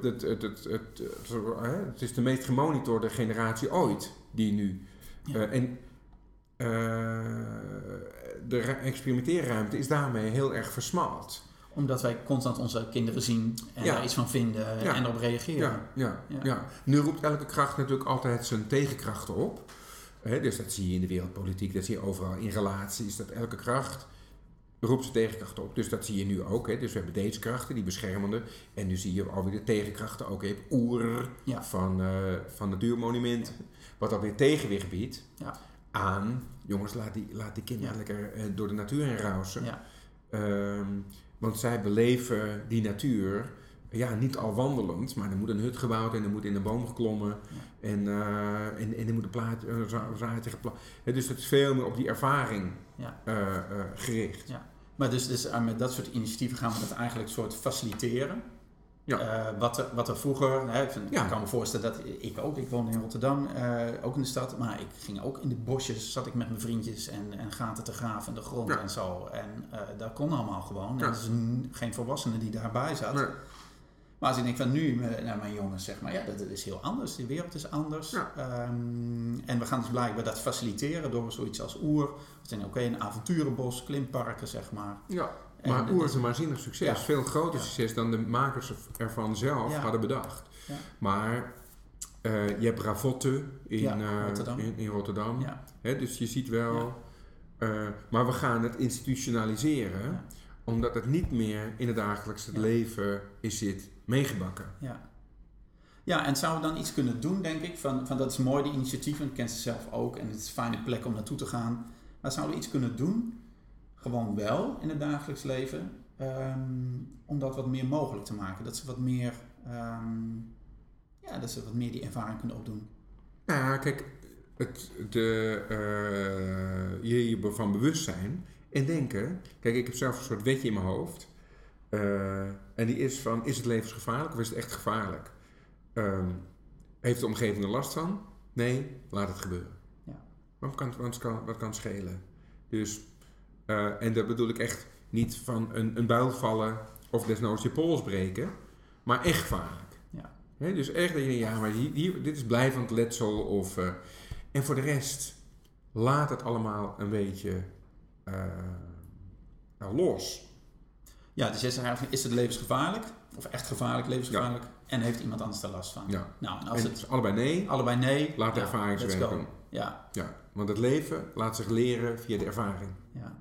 het is de meest gemonitorde generatie ooit die nu. De experimenteerruimte is daarmee heel erg versmald. Omdat wij constant onze kinderen zien en daar iets van vinden en erop reageren. Ja. Nu roept elke kracht natuurlijk altijd zijn tegenkrachten op. Dus dat zie je in de wereldpolitiek, dat zie je overal in relaties. Dat elke kracht roept zijn tegenkrachten op. Dus dat zie je nu ook. Dus we hebben deze krachten, die beschermende. En nu zie je alweer de tegenkrachten ook. Je hebt Oer van Natuurmonument. Wat alweer tegenwicht biedt aan... Jongens, laat die kinderen lekker door de natuur heen rausen. Ja. Want zij beleven die natuur, niet al wandelend, maar er moet een hut gebouwd en er moet in een boom geklommen en er moet een zaadje geplant. Dus het is veel meer op die ervaring gericht. Ja. Maar dus met dat soort initiatieven gaan we dat eigenlijk soort faciliteren. Ja. Wat er vroeger, ik kan me voorstellen dat ik woonde in Rotterdam, ook in de stad, maar ik ging ook in de bosjes, zat ik met mijn vriendjes en gaten te graven in de grond en zo. En dat kon allemaal gewoon. Ja. Er is geen volwassene die daarbij zat. Nee. Maar als ik denk van nu, mijn jongens, zeg maar, dat is heel anders. De wereld is anders. Ja. En we gaan dus blijkbaar dat faciliteren door zoiets als Oer. We zijn ook een avonturenbos, klimparken, zeg maar. Ja. Maar Oer is een waanzinnig succes. Ja. Veel groter succes dan de makers ervan zelf hadden bedacht. Ja. Maar je hebt Ravotte in Rotterdam. Ja. Dus je ziet wel... Ja. Maar we gaan het institutionaliseren. Omdat het niet meer in het dagelijkse leven zit meegebakken. Ja. Ja, en zouden we dan iets kunnen doen, denk ik, van dat is mooi, die initiatieven, ik ken ze zelf ook en het is een fijne plek om naartoe te gaan. Maar zouden we iets kunnen doen, gewoon wel in het dagelijks leven, om dat wat meer mogelijk te maken? Dat ze wat meer, die ervaring kunnen opdoen. Nou, kijk, je ervan bewust zijn en denken. Kijk, ik heb zelf een soort wetje in mijn hoofd. En die is van, is het levensgevaarlijk of is het echt gevaarlijk? Heeft de omgeving er last van? Nee, laat het gebeuren. Ja. Wat kan schelen? Dus, en dat bedoel ik echt niet van een buil vallen of desnoods je pols breken, maar echt gevaarlijk. Ja. He, dus echt dat je denkt, ja, maar dit is blijvend letsel en voor de rest, laat het allemaal een beetje los. Ja, dus je zegt eigenlijk, is het levensgevaarlijk? Of echt gevaarlijk, levensgevaarlijk? Ja. En heeft iemand anders er last van? Ja. Nou, en als en het allebei nee, laat de ja, ervaringswerking. Ja. Ja, want het leven laat zich leren via de ervaring. Ja.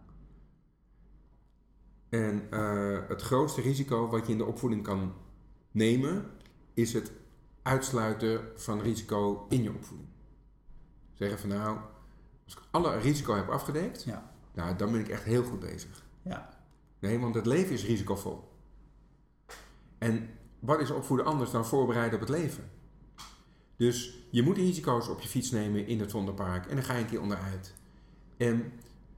En het grootste risico wat je in de opvoeding kan nemen, is het uitsluiten van risico in je opvoeding. Zeggen van nou, als ik alle risico heb afgedekt, nou, dan ben ik echt heel goed bezig. Ja. Nee, want het leven is risicovol. En wat is opvoeden anders dan voorbereiden op het leven? Dus je moet risico's op je fiets nemen in het Vondelpark en dan ga je een keer onderuit. En,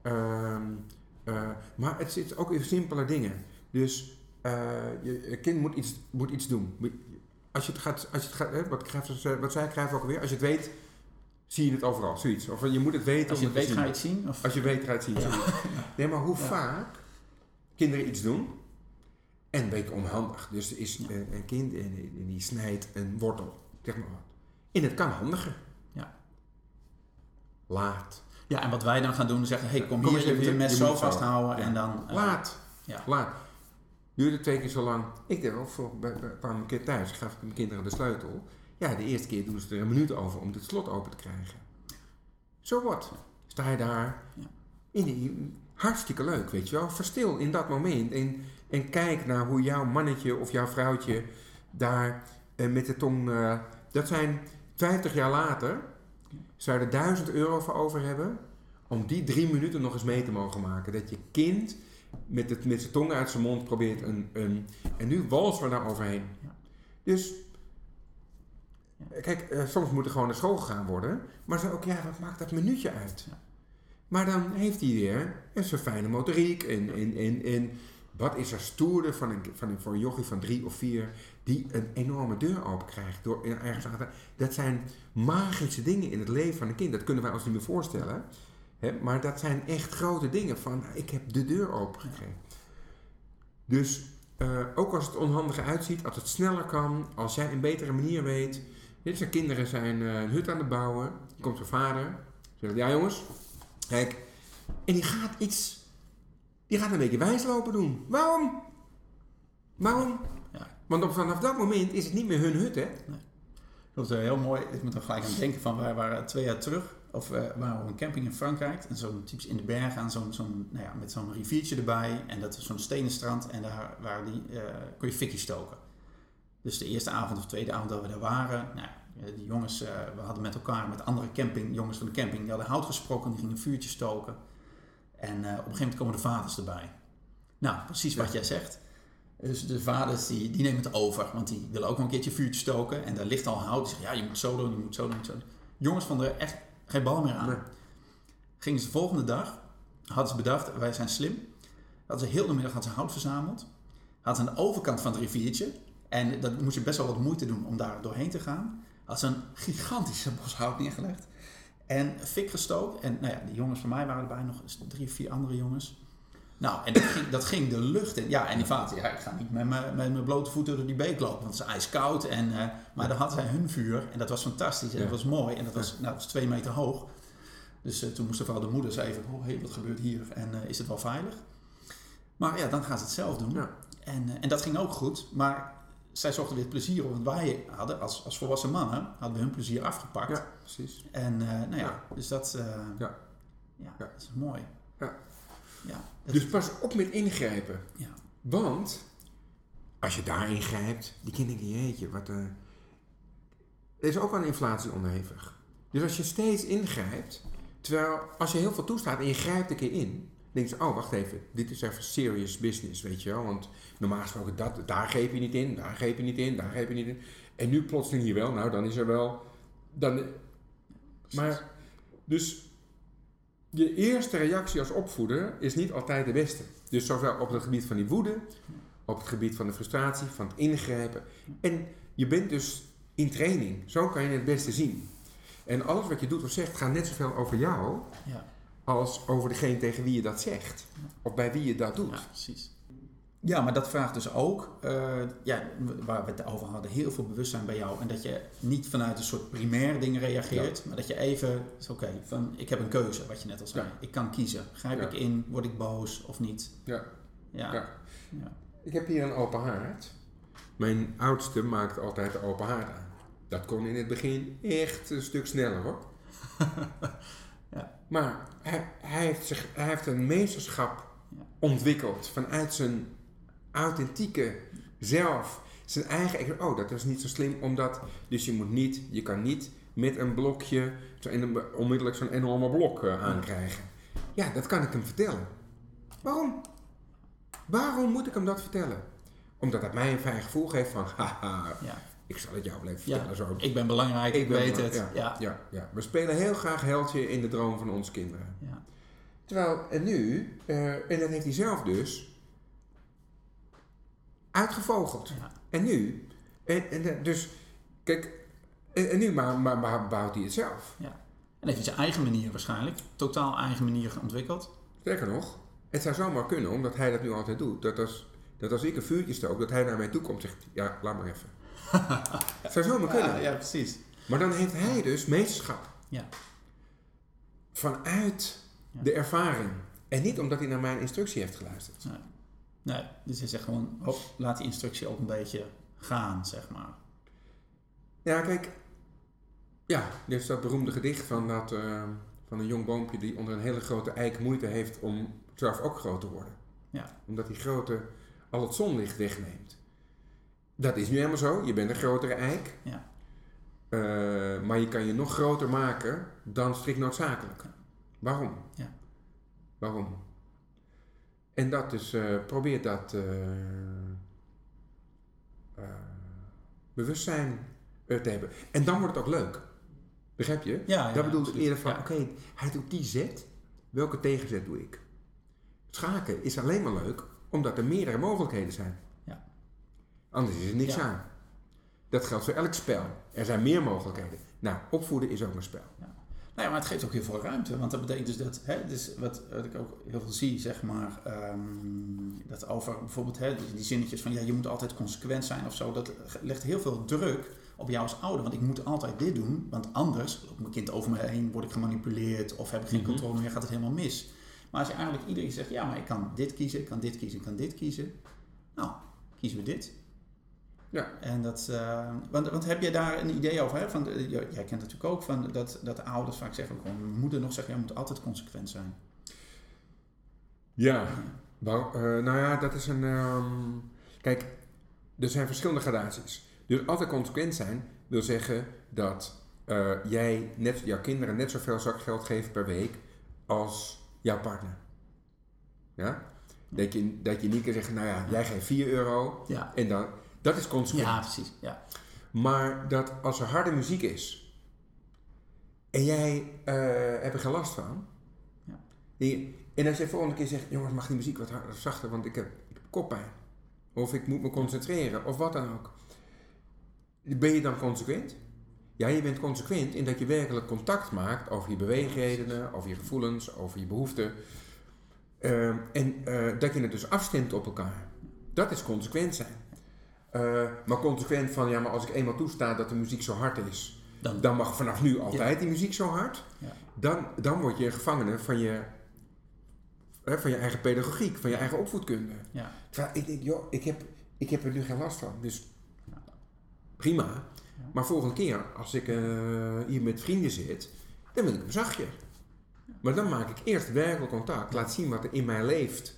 maar het zit ook in simpele dingen. Dus je kind moet iets doen. Als je het gaat wat zei Cruijff ook alweer, als je het weet, zie je het overal, zoiets. Of je moet het weten. Als je het weet, ga je het zien? Of? Als je weet, ga je het zien. Ja. Nee, maar hoe vaak kinderen iets doen en een beetje onhandig. Dus er is een kind en die snijdt een wortel, zeg maar wat. En het kan handiger. Ja. Laat. Ja, en wat wij dan gaan doen, zeggen, hey, kom hier, je moet je mes zo vasthouden en dan... Laat. Laat. Duurde 2 keer zo lang. Ik deed ook kwam een keer thuis, gaf ik mijn kinderen de sleutel. Ja, de eerste keer doen ze er een minuut over om het slot open te krijgen. So what? Sta je daar. Ja. Hartstikke leuk, weet je wel. Verstil in dat moment en kijk naar hoe jouw mannetje of jouw vrouwtje daar met de tong... dat zijn 50 jaar later, zou je er €1000 voor over hebben om die 3 minuten nog eens mee te mogen maken. Dat je kind met zijn tong uit zijn mond probeert en nu walsen we daar overheen. Ja. Dus, kijk, soms moet er gewoon naar school gegaan worden, maar zo ook, wat maakt dat minuutje uit? Ja. Maar dan heeft hij weer zo'n fijne motoriek en wat is er stoerder voor een jochie van 3 of 4 die een enorme deur open krijgt door ergens aan. Dat zijn magische dingen in het leven van een kind. Dat kunnen wij ons niet meer voorstellen. Hè? Maar dat zijn echt grote dingen van, ik heb de deur open gekregen. Dus ook als het onhandig uitziet, als het sneller kan, als jij een betere manier weet. Zijn kinderen zijn een hut aan het bouwen. Dan komt zijn vader. Zegt, ja jongens, kijk. En die gaat een beetje wijslopen doen. Waarom? Ja. Want vanaf dat moment is het niet meer hun hut, hè? Nee. Dat is heel mooi. Ik moet er gelijk aan denken van, wij waren 2 jaar terug. Of we waren op een camping in Frankrijk. En zo'n typisch in de bergen aan met zo'n riviertje erbij. En dat is zo'n stenen strand. En daar kon je fikjes stoken. Dus de eerste avond of tweede avond dat we daar waren. Die jongens, we hadden met elkaar, met andere jongens van de camping. Die hadden hout gesproken, die gingen een vuurtje stoken. En op een gegeven moment komen de vaders erbij. Nou, precies wat jij zegt. Dus de vaders die nemen het over, want die willen ook wel een keertje vuurtje stoken. En daar ligt al hout. Die zeggen, je moet zo doen, je moet zo doen, Jongens vonden er echt geen bal meer aan. Nee. Gingen ze de volgende dag, hadden ze bedacht, wij zijn slim. Hadden ze heel de middag hout verzameld. Hadden ze aan de overkant van het riviertje. En dat moest je best wel wat moeite doen om daar doorheen te gaan. Hadden ze een gigantische bos hout neergelegd. En fik gestookt. En die jongens van mij waren erbij, nog 3 of 4 andere jongens. Nou, en dat ging de lucht in. Ja, en die vader, ik ga niet met mijn blote voeten door die beek lopen, want het is ijskoud. Maar dan hadden zij hun vuur en dat was fantastisch en dat was mooi. En dat was 2 meter hoog. Dus toen moesten vooral de moeders even, wat gebeurt hier? En is het wel veilig? Maar dan gaan ze het zelf doen. Ja. En dat ging ook goed, maar zij zochten weer plezier op. Want wij hadden als volwassen mannen, hadden we hun plezier afgepakt. Ja, precies. En dus dat is mooi. Ja. Ja, dus pas op met ingrijpen. Ja. Want als je daar ingrijpt, die kinderen denken, jeetje, is ook aan inflatie onderhevig. Dus als je steeds ingrijpt, terwijl als je heel veel toestaat en je grijpt een keer in, dan denk je, oh wacht even, dit is even serious business, weet je wel. Want normaal gesproken, daar greep je niet in, daar greep je niet in, daar greep je niet in. En nu plotseling hier wel, nou dan is er wel... Maar, dus je eerste reactie als opvoeder is niet altijd de beste. Dus zowel op het gebied van die woede, op het gebied van de frustratie, van het ingrijpen. En je bent dus in training. Zo kan je het beste zien. En alles wat je doet of zegt gaat net zoveel over jou als over degene tegen wie je dat zegt. Of bij wie je dat doet. Ja, precies. Ja, maar dat vraagt dus ook, waar we het over hadden, heel veel bewustzijn bij jou. En dat je niet vanuit een soort primair ding reageert, maar dat je even, ik heb een keuze, wat je net al zei. Ja. Ik kan kiezen. Grijp ik in, word ik boos of niet? Ja. Ik heb hier een open haard. Mijn oudste maakt altijd de open haard aan. Dat kon in het begin echt een stuk sneller hoor. Maar hij heeft een meesterschap ontwikkeld vanuit zijn authentieke zelf, zijn eigen... Oh, dat is niet zo slim, omdat... Dus je kan niet met een blokje onmiddellijk zo'n enorme blok aankrijgen. Ja, dat kan ik hem vertellen. Waarom? Waarom moet ik hem dat vertellen? Omdat het mij een fijn gevoel geeft van... Ik zal het jou blijven vertellen. Zo. Ik ben belangrijk, ik weet het. Ja. We spelen heel graag heldje in de droom van onze kinderen. Ja. Terwijl, en nu... en dat heeft hij zelf dus... uitgevogeld. Ja. En nu... Dus... Kijk... En nu maar bouwt hij het zelf. Ja. En heeft hij zijn eigen manier waarschijnlijk. Totaal eigen manier ontwikkeld. Sterker nog... Het zou zomaar kunnen, omdat hij dat nu altijd doet. Dat als ik een vuurtje stook, dat hij naar mij toe komt en zegt... Ja, laat maar even. Het zou zomaar kunnen. Ja, precies. Maar dan heeft hij dus meesterschap. Ja. Vanuit de ervaring. En niet omdat hij naar mijn instructie heeft geluisterd. Nee, dus hij zegt gewoon, laat die instructie ook een beetje gaan, zeg maar. Ja, kijk. Ja, dit is dat beroemde gedicht van een jong boompje die onder een hele grote eik moeite heeft om zelf ook groot te worden. Ja. Omdat die grote al het zonlicht wegneemt. Dat is nu helemaal zo. Je bent een grotere eik. Ja. Maar je kan je nog groter maken dan strikt noodzakelijk. Waarom? Ja. Waarom? En dat dus, probeer dat bewustzijn te hebben. En dan wordt het ook leuk. Begrijp je? Ja, dat bedoel ik eerder van, oké, hij doet die zet. Welke tegenzet doe ik? Schaken is alleen maar leuk omdat er meerdere mogelijkheden zijn. Ja. Anders is er niks aan. Dat geldt voor elk spel. Er zijn meer mogelijkheden. Nou, opvoeden is ook een spel. Ja. Nou ja, maar het geeft ook heel veel ruimte. Want dat betekent dus dat, dus wat ik ook heel veel zie, zeg maar, dat over bijvoorbeeld die zinnetjes van je moet altijd consequent zijn of zo. Dat legt heel veel druk op jou als ouder. Want ik moet altijd dit doen, want anders loopt mijn kind over me heen, word ik gemanipuleerd of heb ik geen controle meer, gaat het helemaal mis. Maar als je eigenlijk iedereen zegt, ja, maar ik kan dit kiezen, ik kan dit kiezen, ik kan dit kiezen. Nou, kiezen we dit. Ja. En dat, want heb je daar een idee over? Hè? Jij kent natuurlijk ook van dat ouders vaak zeggen, ook gewoon mijn moeder nog zegt, jij moet altijd consequent zijn. Ja, nou ja, dat is een... kijk, er zijn verschillende gradaties. Dus altijd consequent zijn wil zeggen dat jij jouw kinderen net zoveel zakgeld geeft per week als jouw partner. Ja? Dat je niet kan zeggen, nou ja, jij geeft €4 en dan... Dat is consequent. Ja, precies. Ja. Maar dat als er harde muziek is en jij hebt er geen last van. Ja. En als je de volgende keer zegt, jongens, mag die muziek wat harder of zachter, want ik heb koppijn. Of ik moet me concentreren, of wat dan ook. Ben je dan consequent? Ja, je bent consequent in dat je werkelijk contact maakt over je beweegredenen, over je gevoelens, over je behoeften. En dat je het dus afstemt op elkaar. Dat is consequent zijn. Maar consequent van, ja, maar als ik eenmaal toesta dat de muziek zo hard is, dan mag vanaf nu altijd die muziek zo hard. Ja. Dan word je een gevangene van je eigen pedagogiek, van je eigen opvoedkunde. Ja. Terwijl ik denk, joh, ik heb er nu geen last van, dus prima. Ja. Maar volgende keer, als ik hier met vrienden zit, dan wil ik hem zachtje. Ja. Maar dan maak ik eerst werkelijk contact, laat zien wat er in mij leeft,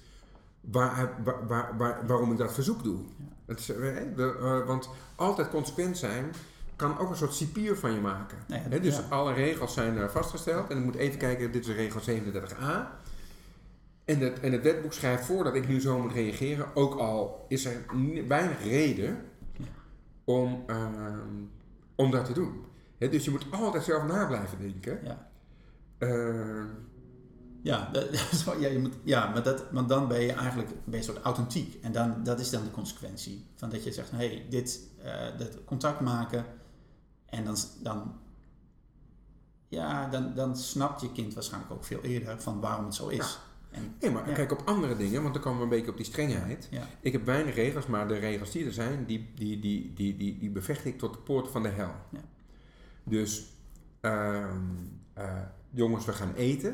waarom ik dat verzoek doe. Ja. Want altijd consequent zijn kan ook een soort cipier van je maken. Nee, Dus alle regels zijn vastgesteld. En ik moet even kijken, dit is regel 37a. En het wetboek schrijft voor dat ik nu zo moet reageren. Ook al is er weinig reden om dat te doen. Dus je moet altijd zelf na blijven denken. Maar dan ben je eigenlijk een soort authentiek. En dat is dan de consequentie. Van dat je zegt, dat contact maken. En dan snapt je kind waarschijnlijk ook veel eerder van waarom het zo is. Maar kijk op andere dingen, want dan komen we een beetje op die strengheid. Ja. Ik heb weinig regels, maar de regels die er zijn, die bevecht ik tot de poort van de hel. Ja. Dus, jongens, we gaan eten.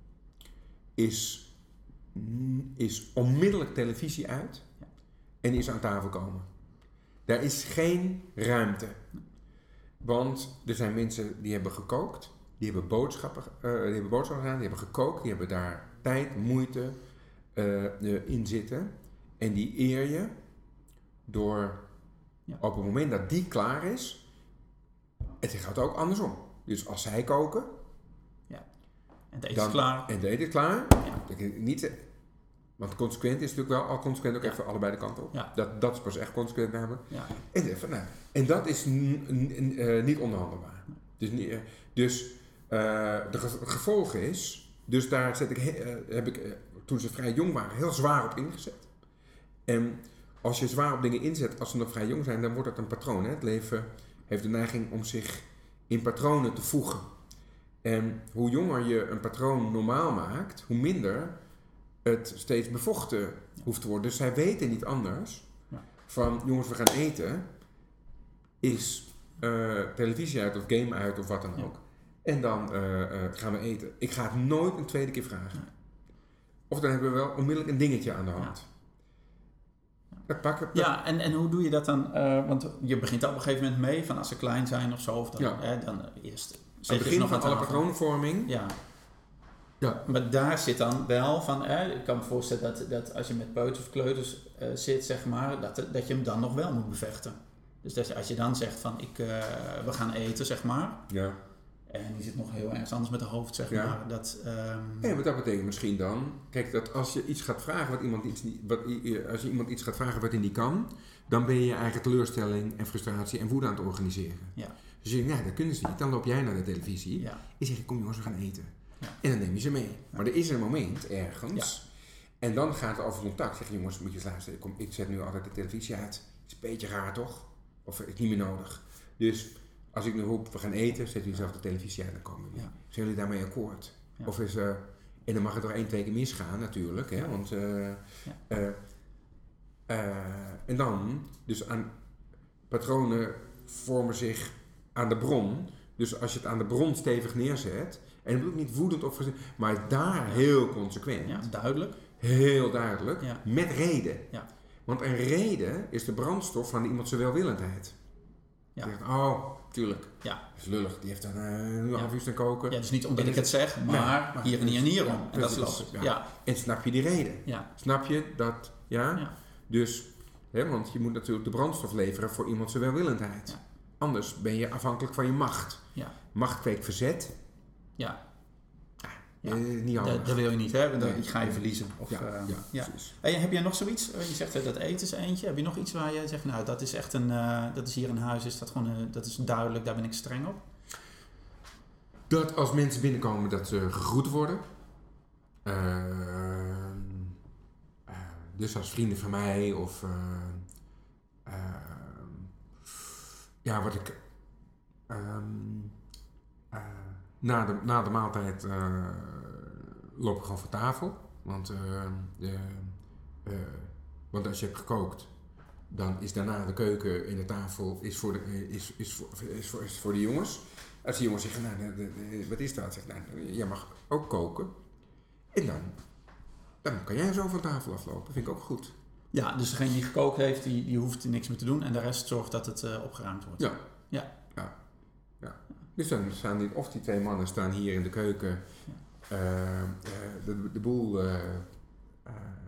Is onmiddellijk televisie uit en is aan tafel komen. Daar is geen ruimte. Want er zijn mensen die hebben gekookt, die hebben boodschappen gedaan, die hebben gekookt, die hebben daar tijd, moeite in zitten. En die eer je door op het moment dat die klaar is, het gaat ook andersom. Dus als zij koken, en het eten is klaar. En het eten is klaar. Niet, want consequent is natuurlijk wel al consequent ook even allebei de kanten op. Ja. Dat is pas echt consequent namelijk. Ja. En dat is niet onderhandelbaar. Dus de gevolg is, dus daar heb ik toen ze vrij jong waren heel zwaar op ingezet. En als je zwaar op dingen inzet als ze nog vrij jong zijn, dan wordt dat een patroon. Hè? Het leven heeft de neiging om zich in patronen te voegen. En hoe jonger je een patroon normaal maakt, hoe minder het steeds bevochten hoeft te worden. Dus zij weten niet anders van, jongens, we gaan eten, is televisie uit of game uit of wat dan ook. En dan gaan we eten. Ik ga het nooit een tweede keer vragen. Of dan hebben we wel onmiddellijk een dingetje aan de hand. En hoe doe je dat dan? Want je begint op een gegeven moment mee, van als ze klein zijn of zo. Of dan eerst... Het begin van alle patroonvorming. Ja, maar daar zit dan wel van, ik kan me voorstellen dat als je met peuters of kleuters zit, zeg maar, dat je hem dan nog wel moet bevechten. Dus dat als je dan zegt van, we gaan eten, zeg maar. Ja. En die zit nog heel ergens anders met de hoofd, zeg maar. Maar dat betekent misschien dan, kijk, dat als je iets gaat vragen als je iemand iets gaat vragen wat hij niet kan, dan ben je je eigen teleurstelling en frustratie en woede aan het organiseren. Ja. Dus je zegt, dat kunnen ze niet. Dan loop jij naar de televisie. Ja. En zeg je, kom jongens, we gaan eten. Ja. En dan neem je ze mee. Ja. Maar er is een moment ergens. Ja. En dan gaat het over contact. Zeg je, jongens, moet je eens luisteren. Ik zet nu altijd de televisie uit. Is een beetje raar, toch? Of is niet meer nodig. Dus als ik nu roep, we gaan eten, zet u zelf de televisie uit. Dan komen jullie. Zijn jullie daarmee akkoord? Ja. Of is en dan mag het er 1-2 keer misgaan, natuurlijk. Hè? Want, en dan, dus aan patronen vormen zich aan de bron. Dus als je het aan de bron stevig neerzet, en dat bedoel ik niet woedend of maar daar heel consequent. Ja, duidelijk. Heel duidelijk. Ja. Met reden. Ja. Want een reden is de brandstof van iemand zijn welwillendheid. Ja. Die zegt, tuurlijk. Ja. Dat is lullig. Die heeft dan nu een half uur staan koken. Ja, dus niet omdat ik het zeg, maar hier en hier en hierom. Ja, en dat is lastig. Ja. En snap je die reden? Ja. Snap je dat? Ja. Dus, want je moet natuurlijk de brandstof leveren voor iemand zijn welwillendheid. Ja. Anders ben je afhankelijk van je macht. Ja. Macht kweekt verzet. Ja. Niet handig. Dat wil je niet, hè? Dan ga je verliezen. Of, precies. Heb jij nog zoiets? Je zegt dat eten is eentje. Heb je nog iets waar je zegt, nou, dat is echt dat is hier in huis, is dat gewoon, dat is duidelijk, daar ben ik streng op? Dat als mensen binnenkomen, dat ze gegroet worden. Dus als vrienden van mij of... wat ik... na de maaltijd loop ik gewoon voor tafel. Want als je hebt gekookt, dan is daarna de keuken en de tafel is voor de jongens. Als de jongens zeggen, wat is dat? Zeg, jij mag ook koken. En dan kan jij zo van tafel aflopen. Vind ik ook goed. Ja, dus degene die gekookt heeft, die hoeft niks meer te doen. En de rest zorgt dat het opgeruimd wordt. Ja. Dus dan staan die 2 mannen staan hier in de keuken de boel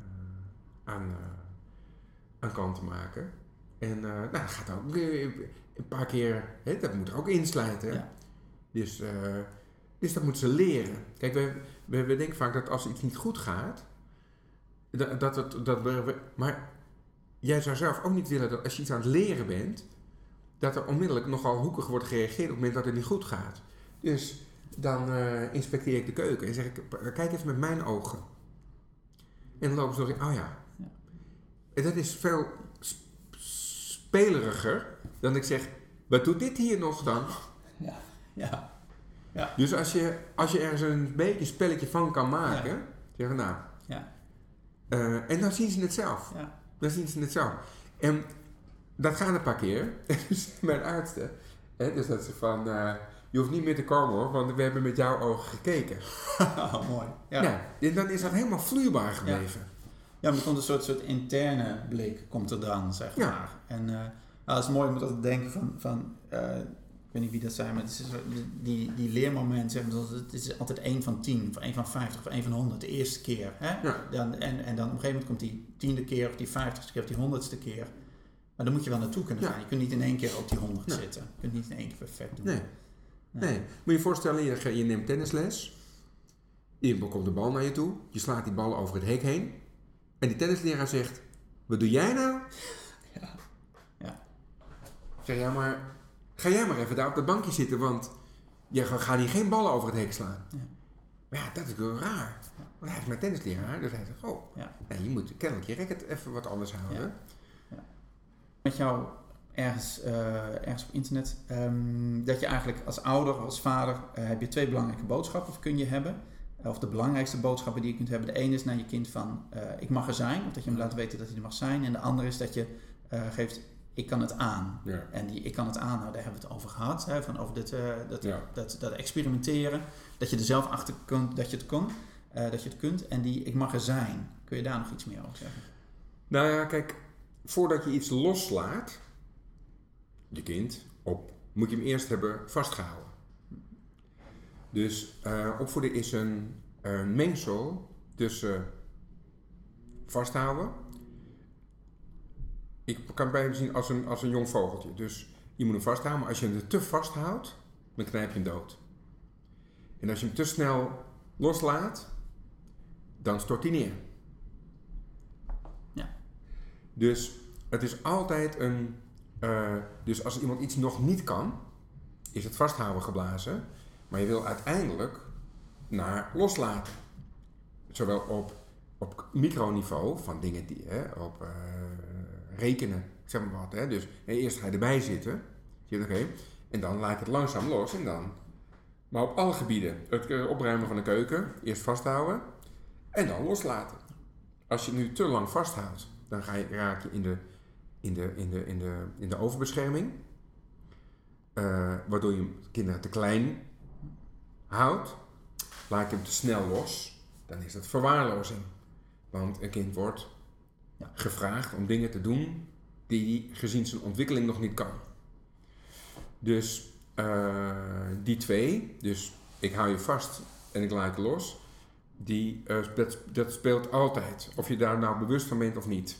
aan kant te maken. En dat gaat ook. een paar keer, dat moet er ook insluiten. Ja. Dus dat moeten ze leren. Kijk, we denken vaak dat als iets niet goed gaat, maar jij zou zelf ook niet willen dat als je iets aan het leren bent, dat er onmiddellijk nogal hoekig wordt gereageerd op het moment dat het niet goed gaat. Dus dan inspecteer ik de keuken en zeg ik, kijk even met mijn ogen. En dan lopen ze nog in, oh ja. En dat is veel speleriger dan ik zeg, wat doet dit hier nog dan? Ja. Dus als je ergens een beetje spelletje van kan maken, zeggen nou. Ja. En dan zien ze het zelf. Ja. Dan zien ze het zelf. En dat gaat een paar keer. Dus mijn artsen, dus dat ze van, je hoeft niet meer te komen hoor, want we hebben met jouw ogen gekeken. Mooi. Ja. Ja, en dan is dat helemaal vloeibaar gebleven. Ja, maar er komt een soort interne blik, komt er dan, zeg maar. En het is mooi om dat te denken van ik weet niet wie dat zijn, maar het is die leermoment, zeg maar, het is altijd 1 van 10, of 1 van 50, of 1 van 100, de eerste keer. Hè? Ja. En dan op een gegeven moment komt die 10e keer, of die 50ste keer, of die 100ste keer. Maar dan moet je wel naartoe kunnen gaan. Je kunt niet in één keer op die 100 zitten. Je kunt niet in één keer perfect doen. Nee. Moet je je voorstellen, je neemt tennisles. Iemand komt de bal naar je toe. Je slaat die bal over het hek heen. En die tennisleraar zegt, wat doe jij nou? Ja. Ik zeg, ja maar, ga jij maar even daar op dat bankje zitten, want je gaat hier geen ballen over het hek slaan. Ja. Maar ja, dat is wel raar. Want hij is mijn tennisleraar, dus hij zegt, nee, je moet kennelijk je racket even wat anders houden. Ja. Met jou ergens op internet, dat je eigenlijk als ouder, als vader, heb je 2 belangrijke boodschappen, of kun je hebben. Of de belangrijkste boodschappen die je kunt hebben. De ene is naar je kind van, ik mag er zijn, of dat je hem laat weten dat hij er mag zijn. En de andere is dat je geeft, ik kan het aan. Ja. En die ik kan het aan, nou, daar hebben we het over gehad. Hè, over dat experimenteren. Dat je er zelf achter kunt dat je het kunt. En die ik mag er zijn. Kun je daar nog iets meer over zeggen? Nou ja, kijk, voordat je iets loslaat, je kind, moet je hem eerst hebben vastgehouden. Dus opvoeden is een mengsel tussen vasthouden. Ik kan het bijna zien als een jong vogeltje. Dus je moet hem vasthouden, maar als je hem er te vasthoudt, dan knijp je hem dood. En als je hem te snel loslaat, dan stort hij neer. Ja. Dus het is altijd dus als iemand iets nog niet kan, is het vasthouden geblazen. Maar je wil uiteindelijk naar loslaten. Zowel op microniveau van dingen die op rekenen, zeg maar wat. Dus eerst ga je erbij zitten. Oké, en dan laat je het langzaam los. En dan. Maar op alle gebieden. Het opruimen van de keuken. Eerst vasthouden. En dan loslaten. Als je nu te lang vasthoudt, dan raak je in de overbescherming. Waardoor je kinderen te klein houdt. Laat je hem te snel los, dan is dat verwaarlozing. Want een kind wordt gevraagd om dingen te doen die hij gezien zijn ontwikkeling nog niet kan. Dus die 2, dus ik hou je vast en ik laat je los, dat speelt altijd. Of je daar nou bewust van bent of niet.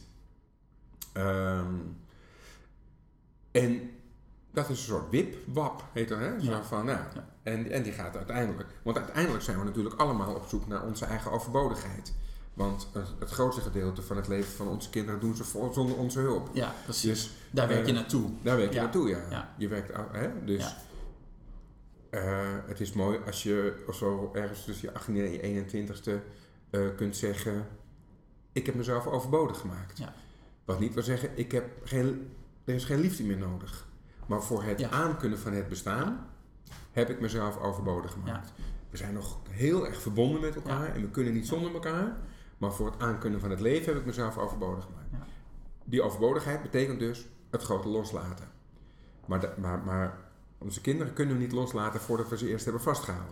En dat is een soort wip-wap, heet dat, hè? Zo van, nou, en die gaat uiteindelijk. Want uiteindelijk zijn we natuurlijk allemaal op zoek naar onze eigen overbodigheid. Want het grootste gedeelte van het leven van onze kinderen doen ze zonder onze hulp. Ja, precies. Dus, daar werk je naartoe. Daar werk je naartoe, ja. Je werkt, dus het is mooi als je of zo ergens tussen je 18e en je 21ste kunt zeggen, ik heb mezelf overbodig gemaakt. Ja. Wat niet wil zeggen, er is geen liefde meer nodig. Maar voor het aankunnen van het bestaan heb ik mezelf overbodig gemaakt. Ja. We zijn nog heel erg verbonden met elkaar en we kunnen niet zonder elkaar. Maar voor het aankunnen van het leven heb ik mezelf overbodig gemaakt. Ja. Die overbodigheid betekent dus het grote loslaten. Maar onze kinderen kunnen we niet loslaten voordat we ze eerst hebben vastgehouden.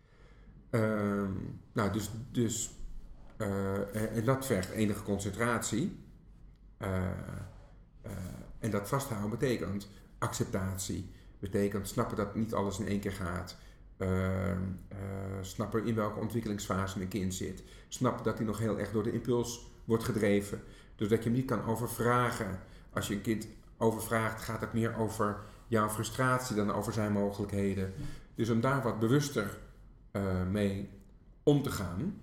En dat vergt enige concentratie. En dat vasthouden betekent acceptatie. Betekent snappen dat niet alles in één keer gaat. Snappen in welke ontwikkelingsfase een kind zit. Snappen dat hij nog heel erg door de impuls wordt gedreven. Dus dat je hem niet kan overvragen. Als je een kind overvraagt, gaat het meer over jouw frustratie dan over zijn mogelijkheden. Dus om daar wat bewuster mee om te gaan.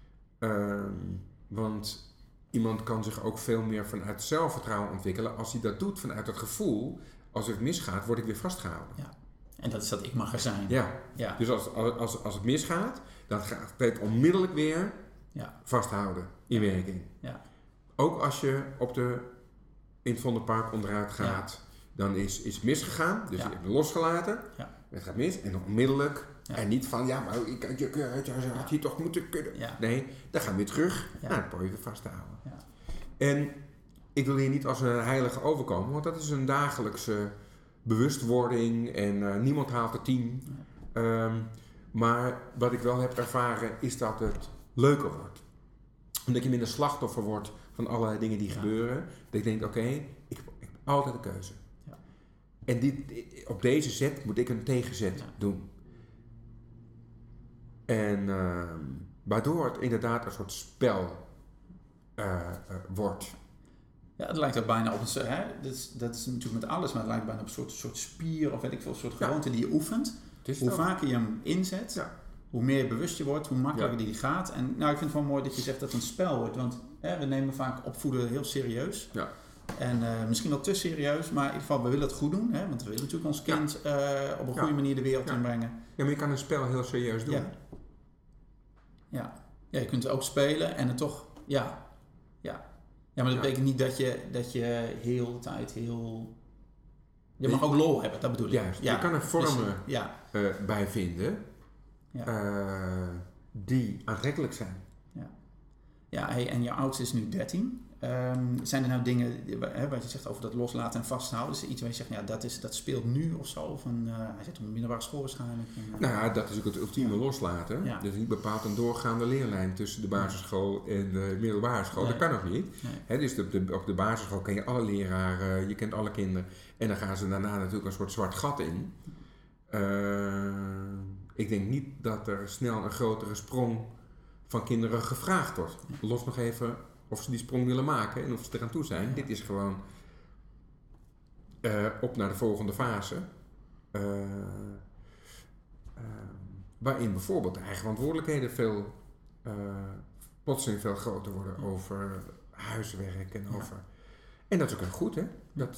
Want iemand kan zich ook veel meer vanuit zelfvertrouwen ontwikkelen als hij dat doet vanuit het gevoel, als het misgaat, word ik weer vastgehouden. Ja. En dat is dat ik mag er zijn. Ja. Dus als het misgaat, dan gaat het onmiddellijk weer vasthouden in werking. Ja. Ook als je in het Vondelpark onderuit gaat, dan is het misgegaan. Dus je hebt het losgelaten. Ja. Het gaat mis en onmiddellijk. Ja. En niet van, maar je had hier toch moeten kunnen. Ja. Nee, dan gaan we weer terug naar het probeer vast te houden. Ja. En ik wil hier niet als een heilige overkomen, want dat is een dagelijkse bewustwording en niemand haalt het 10. Ja. Maar wat ik wel heb ervaren is dat het leuker wordt. Omdat je minder slachtoffer wordt van allerlei dingen die gebeuren. Dat ik denk, ik heb altijd een keuze. Ja. En op deze zet moet ik een tegenzet doen. En waardoor het inderdaad een soort spel wordt. Ja, het lijkt er bijna op dat is natuurlijk met alles, maar het lijkt bijna op een soort spier of weet ik veel, een soort gewoonte die je oefent. Hoe vaker je hem inzet, hoe meer bewust je wordt, hoe makkelijker die gaat. En ik vind het wel mooi dat je zegt dat het een spel wordt, want we nemen vaak opvoeden heel serieus. Ja. En misschien wel te serieus, maar in ieder geval, we willen het goed doen. Want we willen natuurlijk ons kind op een goede manier de wereld inbrengen. Ja, maar je kan een spel heel serieus doen. Ja, je kunt het ook spelen en het toch, Ja, maar dat betekent niet dat je heel de tijd heel... Je mag ook lol hebben, dat bedoel ik. Juist, je kan er vormen bij vinden die aantrekkelijk zijn. Ja, en je oudste is nu 13. Zijn er nou dingen, wat je zegt over dat loslaten en vasthouden, is er iets waar je zegt, dat speelt nu of zo? Hij zit op een middelbare school waarschijnlijk. Dat is ook het ultieme loslaten. Ja. Dus niet bepaald een doorgaande leerlijn tussen de basisschool en de middelbare school. Nee. Dat kan ook niet. Nee. Dus op de basisschool ken je alle leraren, je kent alle kinderen. En dan gaan ze daarna natuurlijk een soort zwart gat in. Ik denk niet dat er snel een grotere sprong van kinderen gevraagd wordt. Los nog even of ze die sprong willen maken en of ze eraan toe zijn. Ja. Dit is gewoon op naar de volgende fase. Waarin bijvoorbeeld de eigen verantwoordelijkheden plotseling veel groter worden over huiswerk en over... En dat is ook heel goed, hè?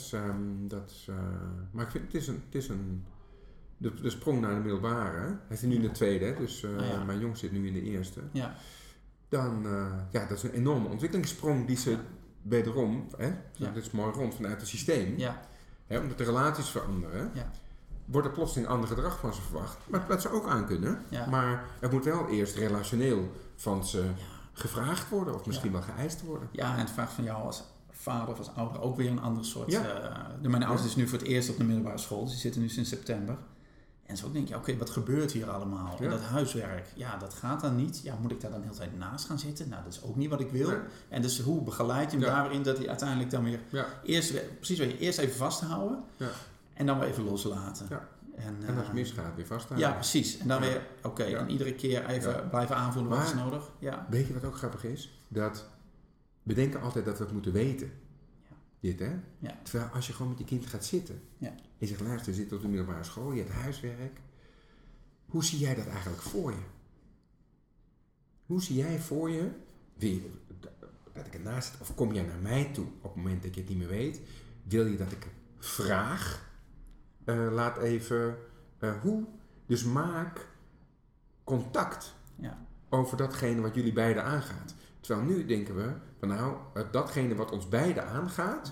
Maar ik vind het is de sprong naar de middelbare. Hij is nu in de tweede, dus mijn jong zit nu in de eerste. Ja. Dan, dat is een enorme ontwikkelingssprong die ze wederom, dat is mooi rond vanuit het systeem, omdat de relaties veranderen, wordt er plotseling ander gedrag van ze verwacht, maar dat ze ook aan kunnen. Ja. Maar het moet wel eerst relationeel van ze gevraagd worden, of misschien wel geëist worden. Ja, en het vraagt van jou als vader of als ouder ook weer een ander soort... Mijn ouders is nu voor het eerst op de middelbare school, dus die zitten nu sinds september. En zo denk je, wat gebeurt hier allemaal? Ja. En dat huiswerk, dat gaat dan niet. Ja, moet ik daar dan de hele tijd naast gaan zitten? Nou, dat is ook niet wat ik wil. Nee. En dus hoe begeleid je hem daarin dat hij uiteindelijk dan weer... Eerst even vasthouden en dan weer even loslaten. Ja. En als het misgaat, weer vasthouden. Ja, precies. En dan weer, en iedere keer even blijven aanvoelen wat is nodig. Ja. Weet je wat ook grappig is? Dat we denken altijd dat we het moeten weten. Dit, hè? Ja. Terwijl als je gewoon met je kind gaat zitten. Ja. En je zegt, luister, je zit op de middelbare school, je hebt huiswerk. Hoe zie jij dat eigenlijk voor je? Hoe zie jij voor je, dat ik ernaast zit, of kom jij naar mij toe op het moment dat je het niet meer weet? Wil je dat ik vraag? Laat even, hoe? Dus maak contact over datgene wat jullie beiden aangaat. Terwijl nu denken we van datgene wat ons beiden aangaat,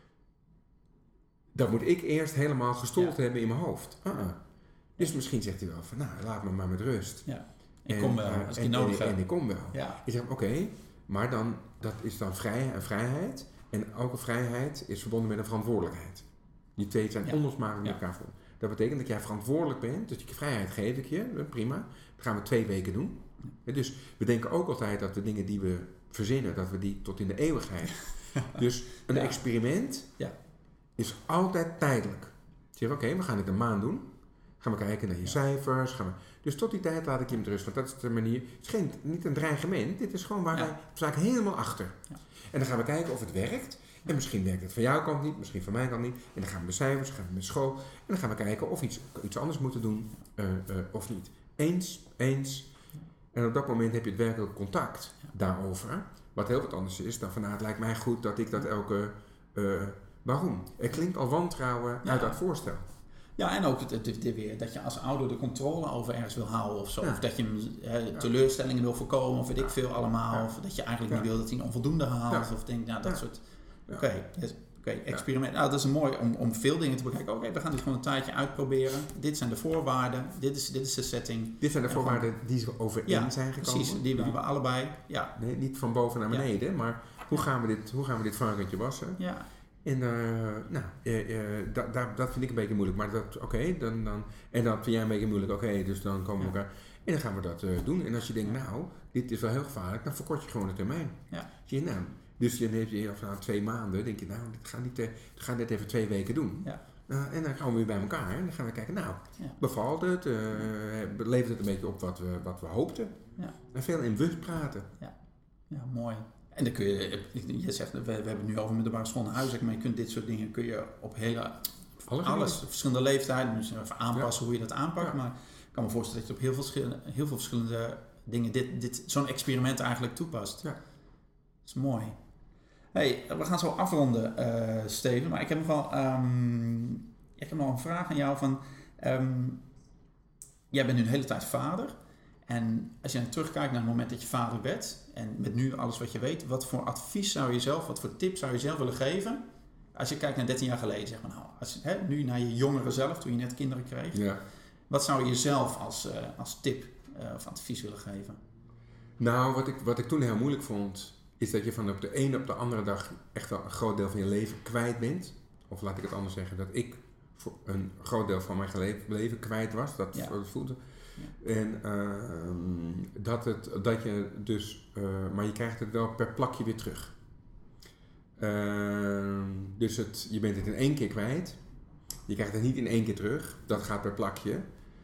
dat moet ik eerst helemaal gestold hebben in mijn hoofd. Dus misschien zegt hij wel van laat me maar met rust. Ja. Ik kom wel, als ik je nodig heb. En ik kom wel. Ja. Je zegt maar dan, dat is dan vrijheid. En elke vrijheid is verbonden met een verantwoordelijkheid. Die twee zijn onlosmakelijk met elkaar verbonden. Dat betekent dat jij verantwoordelijk bent, dus die vrijheid geef ik je, prima. Dat gaan we 2 weken doen. Dus we denken ook altijd dat de dingen die we verzinnen, dat we die tot in de eeuwigheid. Dus een experiment is altijd tijdelijk. Je zegt, we gaan dit een maand doen. Gaan we kijken naar je cijfers. Dus tot die tijd laat ik je met rust. Want dat is de manier. Het is niet een dreigement. Dit is gewoon waar wij vaak helemaal achter. Ja. En dan gaan we kijken of het werkt. En misschien werkt het van jouw kant niet, misschien van mijn kant niet. En dan gaan we met cijfers, dan gaan we met school. En dan gaan we kijken of we iets anders moeten doen of niet. Eens. En op dat moment heb je het werkelijk contact daarover. Wat heel wat anders is dan van het lijkt mij goed dat ik dat elke... waarom? Er klinkt al wantrouwen uit dat voorstel. Ja, en ook weer dat je als ouder de controle over ergens wil houden of zo. Of dat je teleurstellingen wil voorkomen of weet ik veel allemaal. Ja. Of dat je eigenlijk niet wil dat hij een onvoldoende haalt. Ja. Of denk, dat soort... Oké, experiment. Nou, dat is mooi om veel dingen te bekijken. Oké, we gaan dit gewoon een tijdje uitproberen. Dit zijn de voorwaarden. Dit is de setting. Dit zijn de voorwaarden die ze overeen zijn gekomen. Precies, die hebben we allebei. Ja. Nee, niet van boven naar beneden, maar hoe gaan we dit varkentje wassen? Ja. En dat vind ik een beetje moeilijk. Maar en dat vind jij een beetje moeilijk. Dus dan komen we elkaar. En dan gaan we dat doen. En als je denkt, dit is wel heel gevaarlijk, dan verkort je gewoon de termijn. Ja. Dus je heb je na 2 maanden, denk je, we gaan dit even 2 weken doen. Ja. En dan gaan we weer bij elkaar en dan gaan we kijken, bevalt het? Levert het een beetje op wat we hoopten? Ja. En veel in we praten. Ja, mooi. En dan kun je zegt, we hebben het nu over middelbare school naar huis, maar je kunt dit soort dingen kun je op alles verschillende leeftijden, dus even aanpassen hoe je dat aanpakt. Ja. Maar ik kan me voorstellen dat je op heel veel verschillende dingen zo'n experiment eigenlijk toepast. Ja. Dat is mooi. Hey, we gaan zo afronden, Steven, maar ik heb nog wel een vraag aan jou van, jij bent nu een hele tijd vader. En als je dan terugkijkt naar het moment dat je vader werd en met nu alles wat je weet, wat voor advies wat voor tip zou je zelf willen geven? Als je kijkt naar 13 jaar geleden, zeg maar nu naar je jongere zelf, toen je net kinderen kreeg. Ja. Wat zou je jezelf als tip of advies willen geven? Nou, wat ik toen heel moeilijk vond, is dat je van op de ene op de andere dag echt wel een groot deel van je leven kwijt bent. Of laat ik het anders zeggen, dat ik voor een groot deel van mijn leven kwijt was. Dat voelde. Ja. En dat je dus, maar je krijgt het wel per plakje weer terug. Dus je bent het in 1 keer kwijt. Je krijgt het niet in 1 keer terug. Dat gaat per plakje.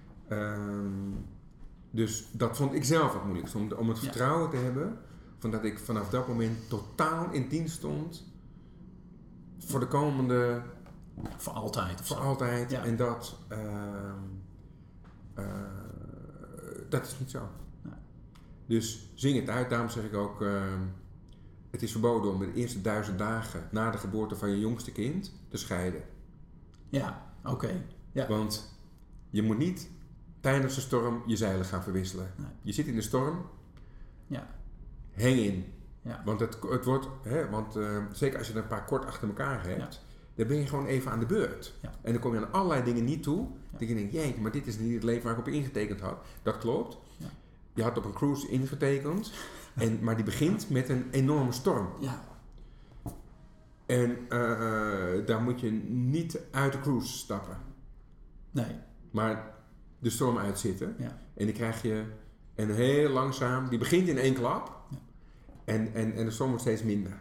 Dus dat vond ik zelf wat moeilijk. Om het vertrouwen te hebben van dat ik vanaf dat moment totaal in dienst stond voor de komende... Voor altijd. Voor altijd. Ja. En dat is niet zo. Nee. Dus zing het uit. Daarom zeg ik ook, het is verboden om de eerste 1000 dagen na de geboorte van je jongste kind te scheiden. Ja, oké. Ja. Want je moet niet tijdens de storm je zeilen gaan verwisselen. Nee. Je zit in de storm. Ja. Hang in. Ja. Want het wordt, zeker als je er een paar kort achter elkaar hebt, dan ben je gewoon even aan de beurt. Ja. En dan kom je aan allerlei dingen niet toe. Ja. Dat je denkt, jeetje, maar dit is niet het leven waar ik op ingetekend had. Dat klopt. Ja. Je had op een cruise ingetekend, maar die begint met een enorme storm. Ja. En daar moet je niet uit de cruise stappen. Nee. Maar de storm uitzitten. Ja. En die krijg je heel langzaam, die begint in 1 klap. Ja. En de storm wordt steeds minder.